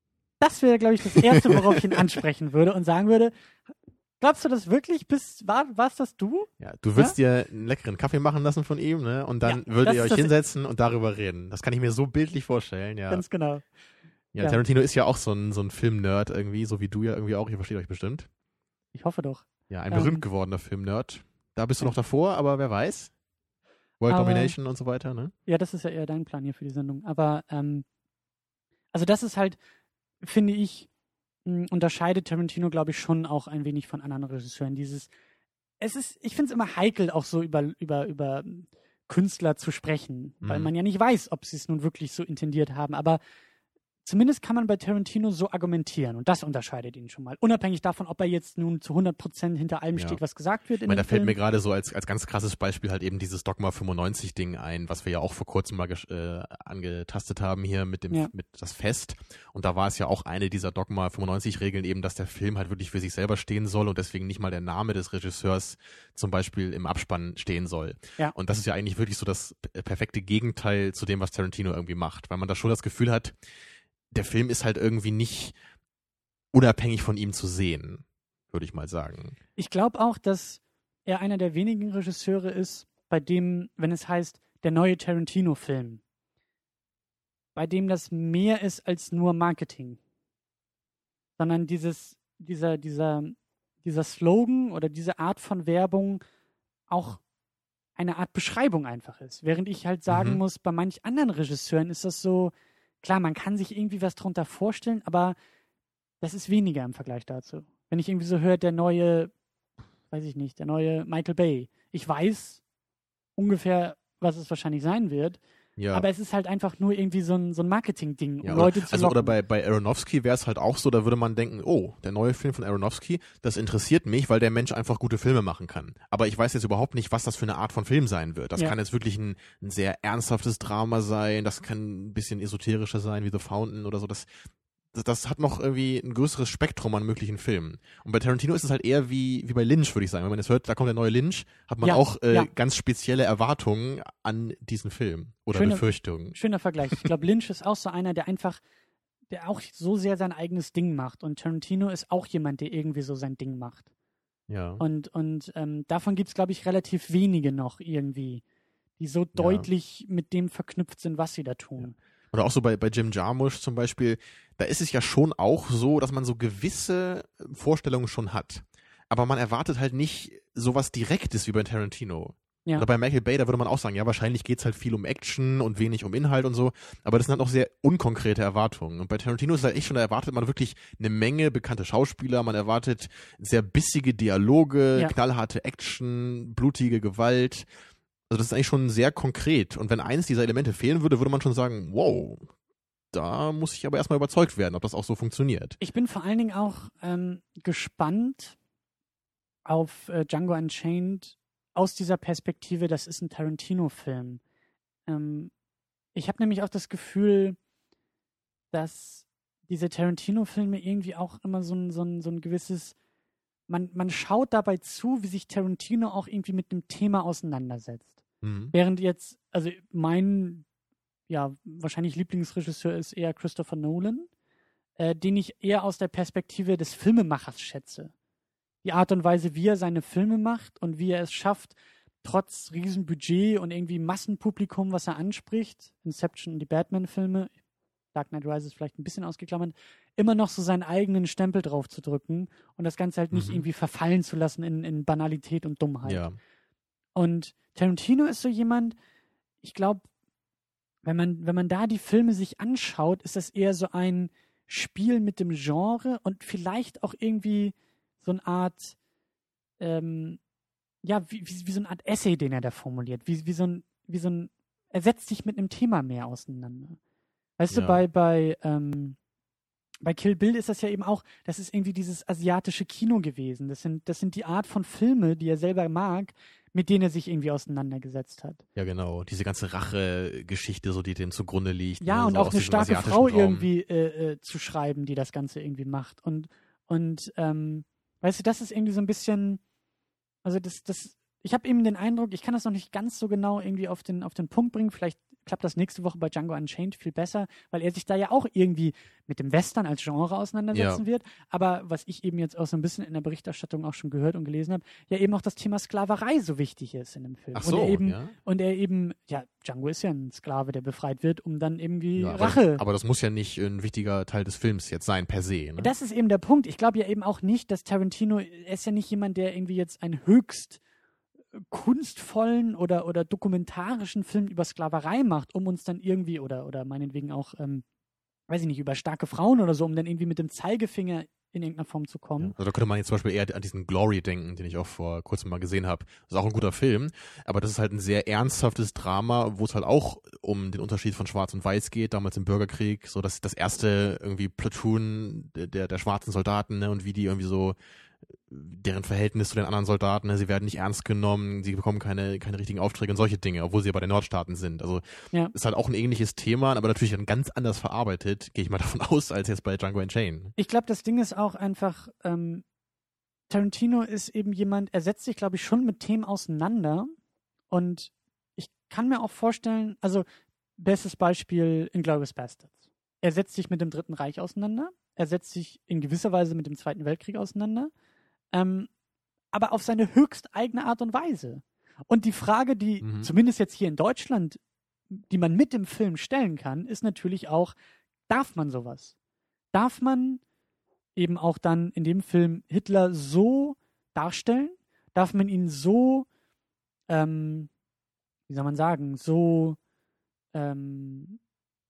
Das wäre, glaube ich, das Erste, worauf ich ihn ansprechen würde und sagen würde, glaubst du das wirklich? Bist, war, warst das du? Ja, du würdest dir einen leckeren Kaffee machen lassen von ihm, ne? Und dann Ja, würdet das ihr ist euch das- hinsetzen und darüber reden. Das kann ich mir so bildlich vorstellen, ja. Ganz genau. Ja, ja. Tarantino ist ja auch so ein, so ein Film-Nerd irgendwie, so wie du ja irgendwie auch, ihr versteht euch bestimmt. Ich hoffe doch. Ja, ein Ähm. berühmt gewordener Film-Nerd. Da bist du noch davor, aber wer weiß. World Aber- Domination und so weiter, ne? Ja, das ist ja eher dein Plan hier für die Sendung. Aber, ähm, also das ist halt, finde ich, mh, unterscheidet Tarantino, glaube ich, schon auch ein wenig von anderen Regisseuren. Dieses, es ist, ich finde es immer heikel, auch so über, über, über Künstler zu sprechen, mhm. weil man ja nicht weiß, ob sie es nun wirklich so intendiert haben, aber zumindest kann man bei Tarantino so argumentieren und das unterscheidet ihn schon mal. Unabhängig davon, ob er jetzt nun zu hundert Prozent hinter allem ja. steht, was gesagt wird in ich meine, dem da fällt Film. mir gerade so als, als ganz krasses Beispiel halt eben dieses Dogma fünfundneunzig-Ding ein, was wir ja auch vor kurzem mal äh, angetastet haben hier mit dem Ja. mit das Fest. Und da war es ja auch eine dieser Dogma fünfundneunzig-Regeln eben, dass der Film halt wirklich für sich selber stehen soll und deswegen nicht mal der Name des Regisseurs zum Beispiel im Abspann stehen soll. Ja. Und das ist ja eigentlich wirklich so das perfekte Gegenteil zu dem, was Tarantino irgendwie macht, weil man da schon das Gefühl hat, der Film ist halt irgendwie nicht unabhängig von ihm zu sehen, würde ich mal sagen. Ich glaube auch, dass er einer der wenigen Regisseure ist, bei dem, wenn es heißt, der neue Tarantino-Film, bei dem das mehr ist als nur Marketing. Sondern dieses, dieser, dieser, dieser Slogan oder diese Art von Werbung auch eine Art Beschreibung einfach ist. Während ich halt sagen Mhm. muss, bei manch anderen Regisseuren ist das so, klar, man kann sich irgendwie was drunter vorstellen, aber das ist weniger im Vergleich dazu. Wenn ich irgendwie so höre, der neue, weiß ich nicht, der neue Michael Bay. Ich weiß ungefähr, was es wahrscheinlich sein wird, Ja. aber es ist halt einfach nur irgendwie so ein, so ein Marketing-Ding, um Ja, Leute oder, zu also locken. oder bei, bei Aronofsky wäre es halt auch so, da würde man denken, oh, der neue Film von Aronofsky, das interessiert mich, weil der Mensch einfach gute Filme machen kann. Aber ich weiß jetzt überhaupt nicht, was das für eine Art von Film sein wird. Das Ja. kann jetzt wirklich ein, ein sehr ernsthaftes Drama sein, das kann ein bisschen esoterischer sein, wie The Fountain oder so. Das, das, das hat noch irgendwie ein größeres Spektrum an möglichen Filmen. Und bei Tarantino ist es halt eher wie, wie bei Lynch, würde ich sagen. Wenn man jetzt hört, da kommt der neue Lynch, hat man Ja, auch äh, ja. ganz spezielle Erwartungen an diesen Film oder Schöne- Befürchtungen. Schöner Vergleich. Ich glaube, Lynch ist auch so einer, der einfach, der auch so sehr sein eigenes Ding macht. Und Tarantino ist auch jemand, der irgendwie so sein Ding macht. Ja. Und, und ähm, davon gibt es, glaube ich, relativ wenige noch irgendwie, die so deutlich mit dem verknüpft sind, was sie da tun. Oder auch so bei, bei Jim Jarmusch zum Beispiel, da ist es ja schon auch so, dass man so gewisse Vorstellungen schon hat. Aber man erwartet halt nicht sowas Direktes wie bei Tarantino. Ja. Oder bei Michael Bay, da würde man auch sagen, ja, wahrscheinlich geht's halt viel um Action und wenig um Inhalt und so. Aber das sind halt auch sehr unkonkrete Erwartungen. Und bei Tarantino ist halt echt schon, da erwartet man wirklich eine Menge bekannte Schauspieler, man erwartet sehr bissige Dialoge, Ja. knallharte Action, blutige Gewalt. Also das ist eigentlich schon sehr konkret. Und wenn eins dieser Elemente fehlen würde, würde man schon sagen, wow, da muss ich aber erstmal überzeugt werden, ob das auch so funktioniert. Ich bin vor allen Dingen auch ähm, gespannt auf äh, Django Unchained aus dieser Perspektive, das ist ein Tarantino-Film. Ähm, ich habe nämlich auch das Gefühl, dass diese Tarantino-Filme irgendwie auch immer so ein, so ein, so ein gewisses, man, man schaut dabei zu, wie sich Tarantino auch irgendwie mit dem Thema auseinandersetzt. Mhm. Während jetzt, also mein, ja, wahrscheinlich Lieblingsregisseur ist eher Christopher Nolan, äh, den ich eher aus der Perspektive des Filmemachers schätze. Die Art und Weise, wie er seine Filme macht und wie er es schafft, trotz Riesenbudget und irgendwie Massenpublikum, was er anspricht, Inception und die Batman-Filme, Dark Knight Rises vielleicht ein bisschen ausgeklammert, immer noch so seinen eigenen Stempel drauf zu drücken und das Ganze halt nicht Mhm. irgendwie verfallen zu lassen in, in Banalität und Dummheit. Ja. Und Tarantino ist so jemand, ich glaube, wenn man, wenn man da die Filme sich anschaut, ist das eher so ein Spiel mit dem Genre und vielleicht auch irgendwie so eine Art, ähm, ja, wie, wie, wie so eine Art Essay, den er da formuliert. Wie, wie so ein, wie so ein, er setzt sich mit einem Thema mehr auseinander. Weißt Ja. du, bei, bei, ähm, bei Kill Bill ist das ja eben auch, das ist irgendwie dieses asiatische Kino gewesen. Das sind, das sind die Art von Filme, die er selber mag, mit denen er sich irgendwie auseinandergesetzt hat. Ja, genau. Diese ganze Rache-Geschichte, so die dem zugrunde liegt. Ja, ne? und so auch aus eine diesem starke asiatischen Frau Raum. irgendwie äh, äh, zu schreiben, die das Ganze irgendwie macht. Und, und ähm, weißt du, das ist irgendwie so ein bisschen, also das, das, ich habe eben den Eindruck, ich kann das noch nicht ganz so genau irgendwie auf den, auf den Punkt bringen. Vielleicht klappt das nächste Woche bei Django Unchained viel besser, weil er sich da ja auch irgendwie mit dem Western als Genre auseinandersetzen Ja. wird. Aber was ich eben jetzt auch so ein bisschen in der Berichterstattung auch schon gehört und gelesen habe, ja eben auch das Thema Sklaverei so wichtig ist in dem Film. Ach so, und er eben, ja. und er eben, ja, Django ist ja ein Sklave, der befreit wird, um dann irgendwie Ja, aber, Rache. aber das muss ja nicht ein wichtiger Teil des Films jetzt sein, per se. Ne? Das ist eben der Punkt. Ich glaube ja eben auch nicht, dass Tarantino, er ist ja nicht jemand, der irgendwie jetzt einen höchst kunstvollen oder, oder dokumentarischen Film über Sklaverei macht, um uns dann irgendwie, oder, oder meinetwegen auch, ähm, weiß ich nicht, über starke Frauen oder so, um dann irgendwie mit dem Zeigefinger in irgendeiner Form zu kommen. Also da könnte man jetzt zum Beispiel eher an diesen Glory denken, den ich auch vor kurzem mal gesehen habe. Das ist auch ein guter Film, aber das ist halt ein sehr ernsthaftes Drama, wo es halt auch um den Unterschied von Schwarz und Weiß geht, damals im Bürgerkrieg, so dass das erste irgendwie Platoon der, der schwarzen Soldaten, ne, und wie die irgendwie so deren Verhältnis zu den anderen Soldaten, ne, sie werden nicht ernst genommen, sie bekommen keine keine richtigen Aufträge und solche Dinge, obwohl sie ja bei den Nordstaaten sind. Also Ja. ist halt auch ein ähnliches Thema, aber natürlich dann ganz anders verarbeitet, gehe ich mal davon aus, als jetzt bei Django Unchained. Ich glaube, das Ding ist auch einfach, ähm, Tarantino ist eben jemand, er setzt sich, glaube ich, schon mit Themen auseinander und ich kann mir auch vorstellen, also bestes Beispiel Inglourious Basterds. Er setzt sich mit dem Dritten Reich auseinander, er setzt sich in gewisser Weise mit dem Zweiten Weltkrieg auseinander, ähm, aber auf seine höchst eigene Art und Weise. Und die Frage, die Mhm. zumindest jetzt hier in Deutschland, die man mit dem Film stellen kann, ist natürlich auch, darf man sowas? Darf man eben auch dann in dem Film Hitler so darstellen? Darf man ihn so, ähm, wie soll man sagen, so, ähm,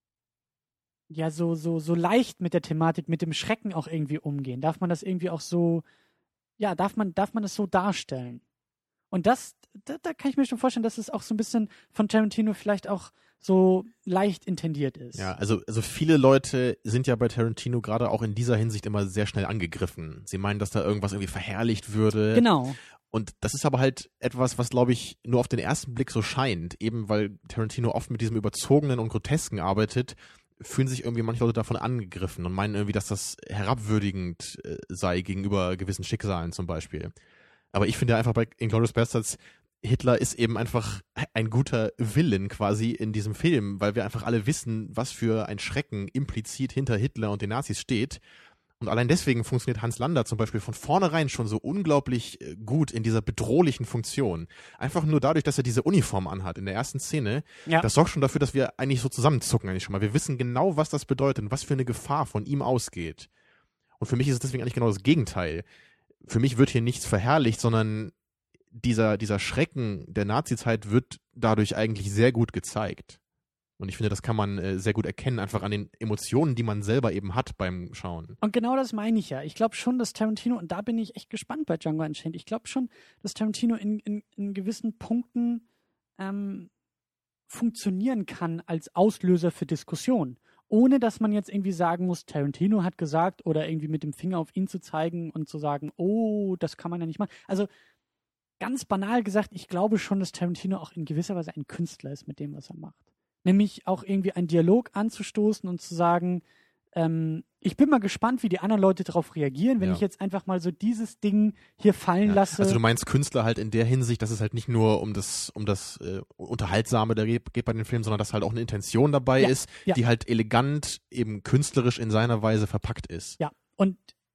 ja, so, so, so leicht mit der Thematik, mit dem Schrecken auch irgendwie umgehen? Darf man das irgendwie auch so, ja, darf man, darf man das so darstellen? Und das, da, da kann ich mir schon vorstellen, dass es auch so ein bisschen von Tarantino vielleicht auch so leicht intendiert ist. Ja, also, also viele Leute sind ja bei Tarantino gerade auch in dieser Hinsicht immer sehr schnell angegriffen. Sie meinen, dass da irgendwas irgendwie verherrlicht würde. Genau. Und das ist aber halt etwas, was, glaube ich, nur auf den ersten Blick so scheint. Eben weil Tarantino oft mit diesem Überzogenen und Grotesken arbeitet, fühlen sich irgendwie manche Leute davon angegriffen und meinen irgendwie, dass das herabwürdigend äh, sei gegenüber gewissen Schicksalen zum Beispiel. Aber ich finde einfach bei Inglourious Basterds, Hitler ist eben einfach ein guter Villain quasi in diesem Film, weil wir einfach alle wissen, was für ein Schrecken implizit hinter Hitler und den Nazis steht. Und allein deswegen funktioniert Hans Landa zum Beispiel von vornherein schon so unglaublich gut in dieser bedrohlichen Funktion. Einfach nur dadurch, dass er diese Uniform anhat in der ersten Szene, Ja. das sorgt schon dafür, dass wir eigentlich so zusammenzucken eigentlich schon mal. Wir wissen genau, was das bedeutet und was für eine Gefahr von ihm ausgeht. Und für mich ist es deswegen eigentlich genau das Gegenteil. Für mich wird hier nichts verherrlicht, sondern dieser, dieser Schrecken der Nazizeit wird dadurch eigentlich sehr gut gezeigt. Und ich finde, das kann man äh, sehr gut erkennen, einfach an den Emotionen, die man selber eben hat beim Schauen. Und genau das meine ich ja. Ich glaube schon, dass Tarantino, und da bin ich echt gespannt bei Django Unchained, ich glaube schon, dass Tarantino in, in, in gewissen Punkten ähm, funktionieren kann als Auslöser für Diskussion. Ohne dass man jetzt irgendwie sagen muss, Tarantino hat gesagt, oder irgendwie mit dem Finger auf ihn zu zeigen und zu sagen, oh, das kann man ja nicht machen. Also ganz banal gesagt, ich glaube schon, dass Tarantino auch in gewisser Weise ein Künstler ist mit dem, was er macht. Nämlich auch irgendwie einen Dialog anzustoßen und zu sagen, ähm, ich bin mal gespannt, wie die anderen Leute darauf reagieren, wenn Ja. ich jetzt einfach mal so dieses Ding hier fallen Ja. lasse. Also du meinst Künstler halt in der Hinsicht, dass es halt nicht nur um das um das äh, Unterhaltsame da geht, geht bei den Filmen, sondern dass halt auch eine Intention dabei Ja, ist, ja. die halt elegant eben künstlerisch in seiner Weise verpackt ist. Ja, und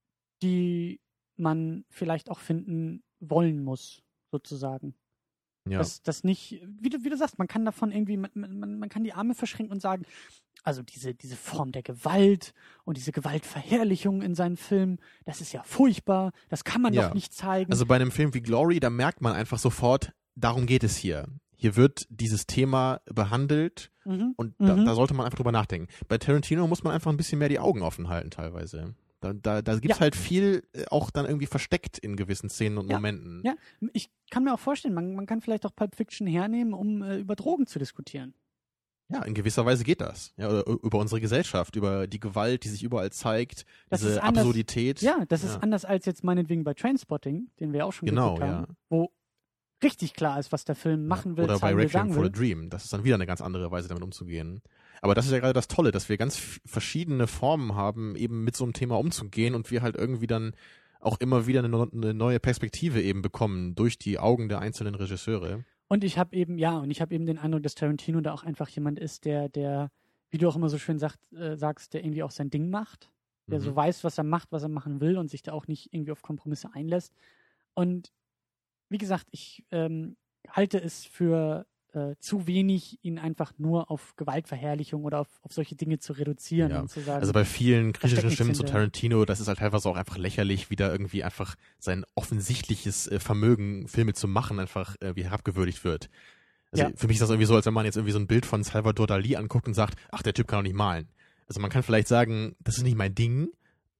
die man vielleicht auch finden wollen muss, sozusagen. Ja. Dass das nicht, wie du, wie du sagst, man kann davon irgendwie, man, man, man kann die Arme verschränken und sagen, also diese, diese Form der Gewalt und diese Gewaltverherrlichung in seinen Filmen, das ist ja furchtbar, das kann man Ja. doch nicht zeigen. Also bei einem Film wie Glory, da merkt man einfach sofort, darum geht es hier. Hier wird dieses Thema behandelt mhm. und da, Mhm. da sollte man einfach drüber nachdenken. Bei Tarantino muss man einfach ein bisschen mehr die Augen offen halten teilweise. Da, da, da gibt's Ja. halt viel äh, auch dann irgendwie versteckt in gewissen Szenen und Ja. Momenten. Ja, ich kann mir auch vorstellen, man, man kann vielleicht auch Pulp Fiction hernehmen, um äh, über Drogen zu diskutieren. Ja, in gewisser Weise geht das. Ja, oder über unsere Gesellschaft, über die Gewalt, die sich überall zeigt, Das diese ist anders- Absurdität. Ja, das Ja. ist anders als jetzt meinetwegen bei Trainspotting, den wir auch schon Genau, geguckt haben, ja. wo richtig klar ist, was der Film machen will, Oder bei zeigen will, Requiem sagen for a will. Dream. Das ist dann wieder eine ganz andere Weise, damit umzugehen. Aber das ist ja gerade das Tolle, dass wir ganz f- verschiedene Formen haben, eben mit so einem Thema umzugehen und wir halt irgendwie dann auch immer wieder eine, no- eine neue Perspektive eben bekommen durch die Augen der einzelnen Regisseure. Und ich habe eben, ja, und ich habe eben den Eindruck, dass Tarantino da auch einfach jemand ist, der, der, wie du auch immer so schön sagt, äh, sagst, der irgendwie auch sein Ding macht, der Mhm. so weiß, was er macht, was er machen will und sich da auch nicht irgendwie auf Kompromisse einlässt. Und wie gesagt, ich ähm, halte es für äh, zu wenig, ihn einfach nur auf Gewaltverherrlichung oder auf, auf solche Dinge zu reduzieren Ja. und zu sagen, Also bei vielen kritischen steckt Stimmen nichts zu hinter. Tarantino, das ist halt teilweise auch einfach lächerlich, wie da irgendwie einfach sein offensichtliches äh, Vermögen, Filme zu machen, einfach äh, wie herabgewürdigt wird. Also Ja. für mich ist das irgendwie so, als wenn man jetzt irgendwie so ein Bild von Salvador Dali anguckt und sagt, ach, der Typ kann doch nicht malen. Also man kann vielleicht sagen, das ist nicht mein Ding,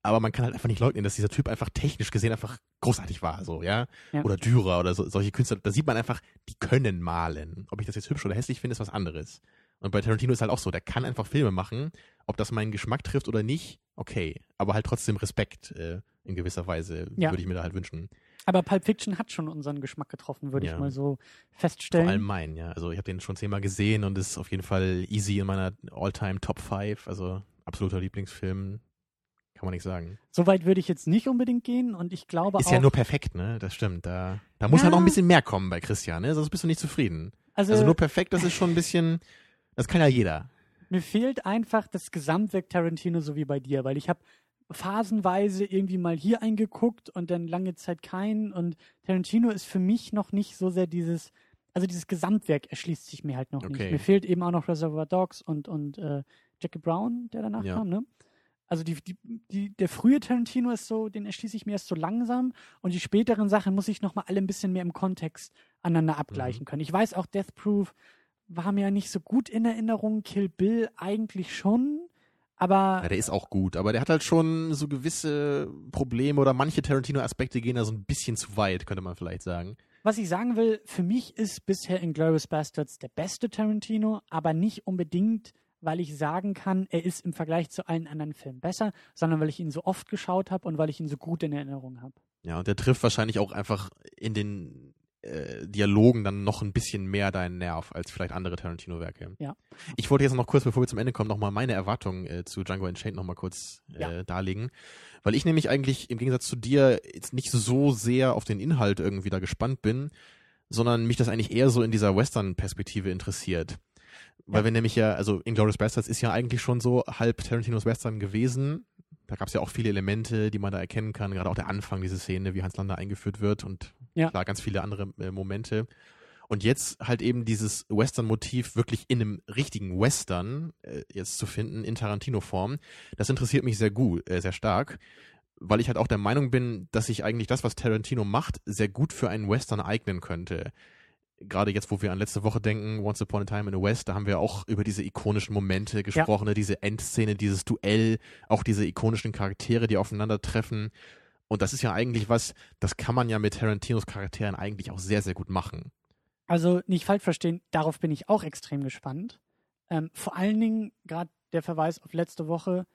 aber man kann halt einfach nicht leugnen, dass dieser Typ einfach technisch gesehen einfach großartig war, so, ja. Ja. Oder Dürer oder so, solche Künstler, da sieht man einfach, die können malen. Ob ich das jetzt hübsch oder hässlich finde, ist was anderes. Und bei Tarantino ist halt auch so, der kann einfach Filme machen, ob das meinen Geschmack trifft oder nicht, okay. Aber halt trotzdem Respekt äh, in gewisser Weise, Ja. würde ich mir da halt wünschen. Aber Pulp Fiction hat schon unseren Geschmack getroffen, würde Ja. ich mal so Vor feststellen. allem meinen, ja. Also ich habe den schon zehnmal gesehen und ist auf jeden Fall easy in meiner All-Time Top fünf, also absoluter Lieblingsfilm, kann man nicht sagen. Soweit würde ich jetzt nicht unbedingt gehen und ich glaube Ist auch... ja nur perfekt, ne? Das stimmt. Da, da muss Ja. halt noch ein bisschen mehr kommen bei Christian, ne? Sonst bist du nicht zufrieden. also, Also nur perfekt, das ist schon ein bisschen, das kann ja jeder. mir fehlt einfach das Gesamtwerk Tarantino, so wie bei dir, weil ich habe phasenweise irgendwie mal hier eingeguckt und dann lange Zeit keinen und Tarantino ist für mich noch nicht so sehr dieses, also dieses Gesamtwerk erschließt sich mir halt noch Okay. nicht. Mir fehlt eben auch noch Reservoir Dogs und, und äh, Jackie Brown, der danach Ja. kam, ne? Also die, die, die, der frühe Tarantino ist so, den erschließe ich mir erst so langsam und die späteren Sachen muss ich nochmal alle ein bisschen mehr im Kontext aneinander abgleichen Mhm. können. Ich weiß auch, Death Proof war mir ja nicht so gut in Erinnerung, Kill Bill eigentlich schon, aber Ja, der ist auch gut, aber der hat halt schon so gewisse Probleme oder manche Tarantino-Aspekte gehen da so ein bisschen zu weit, könnte man vielleicht sagen. was ich sagen will, für mich ist bisher Inglourious Basterds der beste Tarantino, aber nicht unbedingt, weil ich sagen kann, er ist im Vergleich zu allen anderen Filmen besser, sondern weil ich ihn so oft geschaut habe und weil ich ihn so gut in Erinnerung habe. Ja, und der trifft wahrscheinlich auch einfach in den äh, Dialogen dann noch ein bisschen mehr deinen Nerv als vielleicht andere Tarantino-Werke. Ja. Ich wollte jetzt noch kurz, bevor wir zum Ende kommen, nochmal meine Erwartungen äh, zu Django Unchained nochmal kurz äh, Ja. darlegen. Weil ich nämlich eigentlich im Gegensatz zu dir jetzt nicht so sehr auf den Inhalt irgendwie da gespannt bin, sondern mich das eigentlich eher so in dieser Western-Perspektive interessiert. Weil Ja. wir nämlich ja, also Inglourious Basterds ist ja eigentlich schon so halb Tarantinos Western gewesen. Da gab es ja auch viele Elemente, die man da erkennen kann, gerade auch der Anfang, diese Szene, wie Hans Landa eingeführt wird und Ja. klar, ganz viele andere äh, Momente. Und jetzt halt eben dieses Western-Motiv wirklich in einem richtigen Western äh, jetzt zu finden, in Tarantino-Form, das interessiert mich sehr gut, äh, sehr stark, weil ich halt auch der Meinung bin, dass sich eigentlich das, was Tarantino macht, sehr gut für einen Western eignen könnte. Gerade jetzt, wo wir an letzte Woche denken, Once Upon a Time in the West, da haben wir auch über diese ikonischen Momente gesprochen, ne? Diese Endszene, dieses Duell, auch diese ikonischen Charaktere, die aufeinandertreffen. Und das ist ja eigentlich was, das kann man ja mit Tarantinos Charakteren eigentlich auch sehr, sehr gut machen. Also nicht falsch verstehen, darauf bin ich auch extrem gespannt. Ähm, vor allen Dingen gerade der Verweis auf letzte Woche,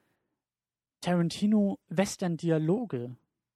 Tarantino Western-Dialoge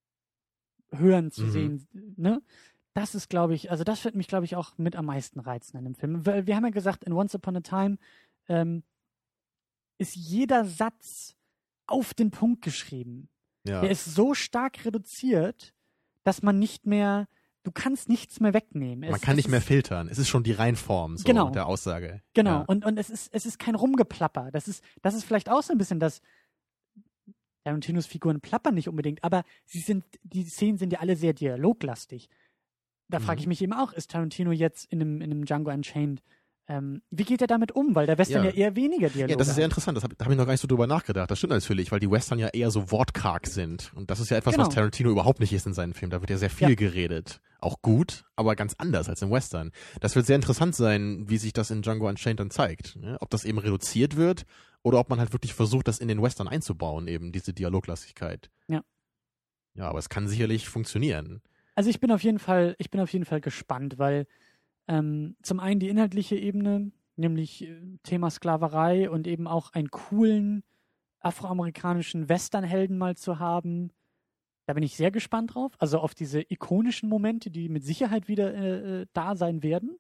hören zu Mhm. sehen, ne? Das ist, glaube ich, also das wird mich, glaube ich, auch mit am meisten reizen an dem Film. Weil wir haben ja gesagt, in Once Upon a Time ähm, ist jeder Satz auf den Punkt geschrieben. Ja. Der ist so stark reduziert, dass man nicht mehr, du kannst nichts mehr wegnehmen. Man Es- kann es nicht mehr ist- filtern. Es ist schon die Reinform so Genau. der Aussage. Genau, Ja. und, und es ist, es ist kein Rumgeplapper. Das ist, das ist vielleicht auch so ein bisschen das. Tarantinos Figuren plappern nicht unbedingt, aber sie sind, die Szenen sind ja alle sehr dialoglastig. Da frage ich Mhm. mich eben auch, ist Tarantino jetzt in einem, in einem Django Unchained, ähm, wie geht er damit um? Weil der Western Ja. ja, eher weniger Dialoge Ja, das ist sehr hat. interessant. Das hab, da habe ich noch gar nicht so drüber nachgedacht. Das stimmt natürlich, weil die Western ja eher so wortkarg sind. Und das ist ja etwas, Genau. was Tarantino überhaupt nicht ist in seinen Filmen. Da wird ja sehr viel Ja. geredet. Auch gut, aber ganz anders als im Western. Das wird sehr interessant sein, wie sich das in Django Unchained dann zeigt. Ne? Ob das eben reduziert wird oder ob man halt wirklich versucht, das in den Western einzubauen, eben diese Dialoglastigkeit. Ja. Ja, aber es kann sicherlich funktionieren. Also ich bin auf jeden Fall, ich bin auf jeden Fall gespannt, weil ähm, zum einen die inhaltliche Ebene, nämlich äh, Thema Sklaverei und eben auch einen coolen afroamerikanischen Westernhelden mal zu haben, da bin ich sehr gespannt drauf. Also auf diese ikonischen Momente, die mit Sicherheit wieder äh, äh, da sein werden.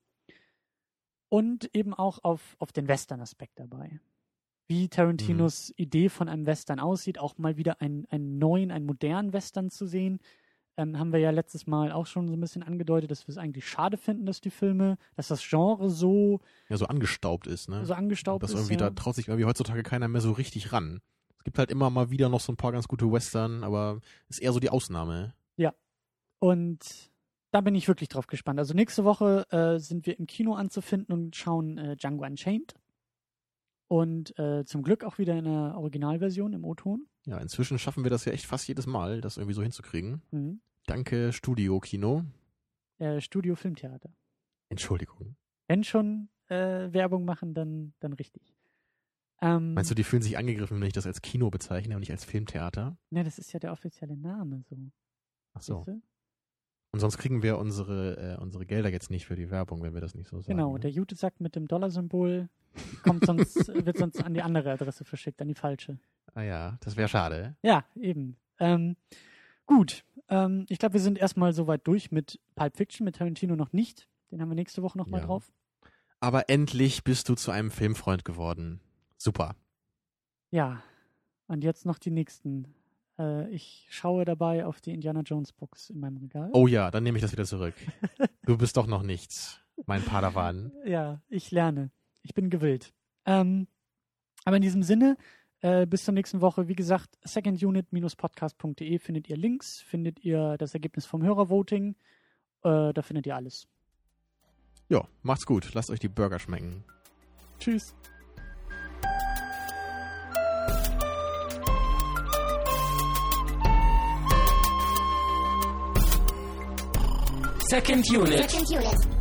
Und eben auch auf, auf den Western-Aspekt dabei. Wie Tarantinos Mhm. Idee von einem Western aussieht, auch mal wieder einen, einen neuen, einen modernen Western zu sehen. Ähm, haben wir ja letztes Mal auch schon so ein bisschen angedeutet, dass wir es eigentlich schade finden, dass die Filme, dass das Genre so, Ja, so angestaubt ist, ne? so angestaubt das ist. irgendwie, ja. da traut sich irgendwie heutzutage keiner mehr so richtig ran. Es gibt halt immer mal wieder noch so ein paar ganz gute Western, aber ist eher so die Ausnahme. Und da bin ich wirklich drauf gespannt. Also nächste Woche äh, sind wir im Kino anzufinden und schauen äh, Django Unchained. Und äh, zum Glück auch wieder in der Originalversion im O-Ton. Ja, inzwischen schaffen wir das ja echt fast jedes Mal, das irgendwie so hinzukriegen. Mhm. Danke, Studio-Kino. Äh, Studio Filmtheater. Entschuldigung. Wenn schon äh, Werbung machen, dann, dann richtig. Ähm, Meinst du, die fühlen sich angegriffen, wenn ich das als Kino bezeichne und nicht als Filmtheater? Ne, das ist ja der offizielle Name so. Ach so. Weißt du? Und sonst kriegen wir unsere, äh, unsere Gelder jetzt nicht für die Werbung, wenn wir das nicht so sagen. Genau, ne? der Jutesack mit dem Dollarsymbol kommt sonst, wird sonst an die andere Adresse verschickt, an die falsche. Ah ja, das wäre schade. Ja, eben. Ähm, gut, ähm, ich glaube, wir sind erstmal soweit durch mit Pulp Fiction, mit Tarantino noch nicht. Den haben wir nächste Woche nochmal Ja. drauf. Aber endlich bist du zu einem Filmfreund geworden. Super. Ja, und jetzt noch die nächsten. Äh, ich schaue dabei auf die Indiana Jones Box in meinem Regal. Oh ja, dann nehme ich das wieder zurück. Du bist doch noch nichts, mein Padawan. Ja, ich lerne. Ich bin gewillt. Ähm, aber in diesem Sinne, äh, bis zur nächsten Woche. Wie gesagt, secondunit Bindestrich podcast Punkt de findet ihr Links, findet ihr das Ergebnis vom Hörervoting. Äh, da findet ihr alles. Ja, macht's gut. Lasst euch die Burger schmecken. Tschüss. Second Unit. Second Unit.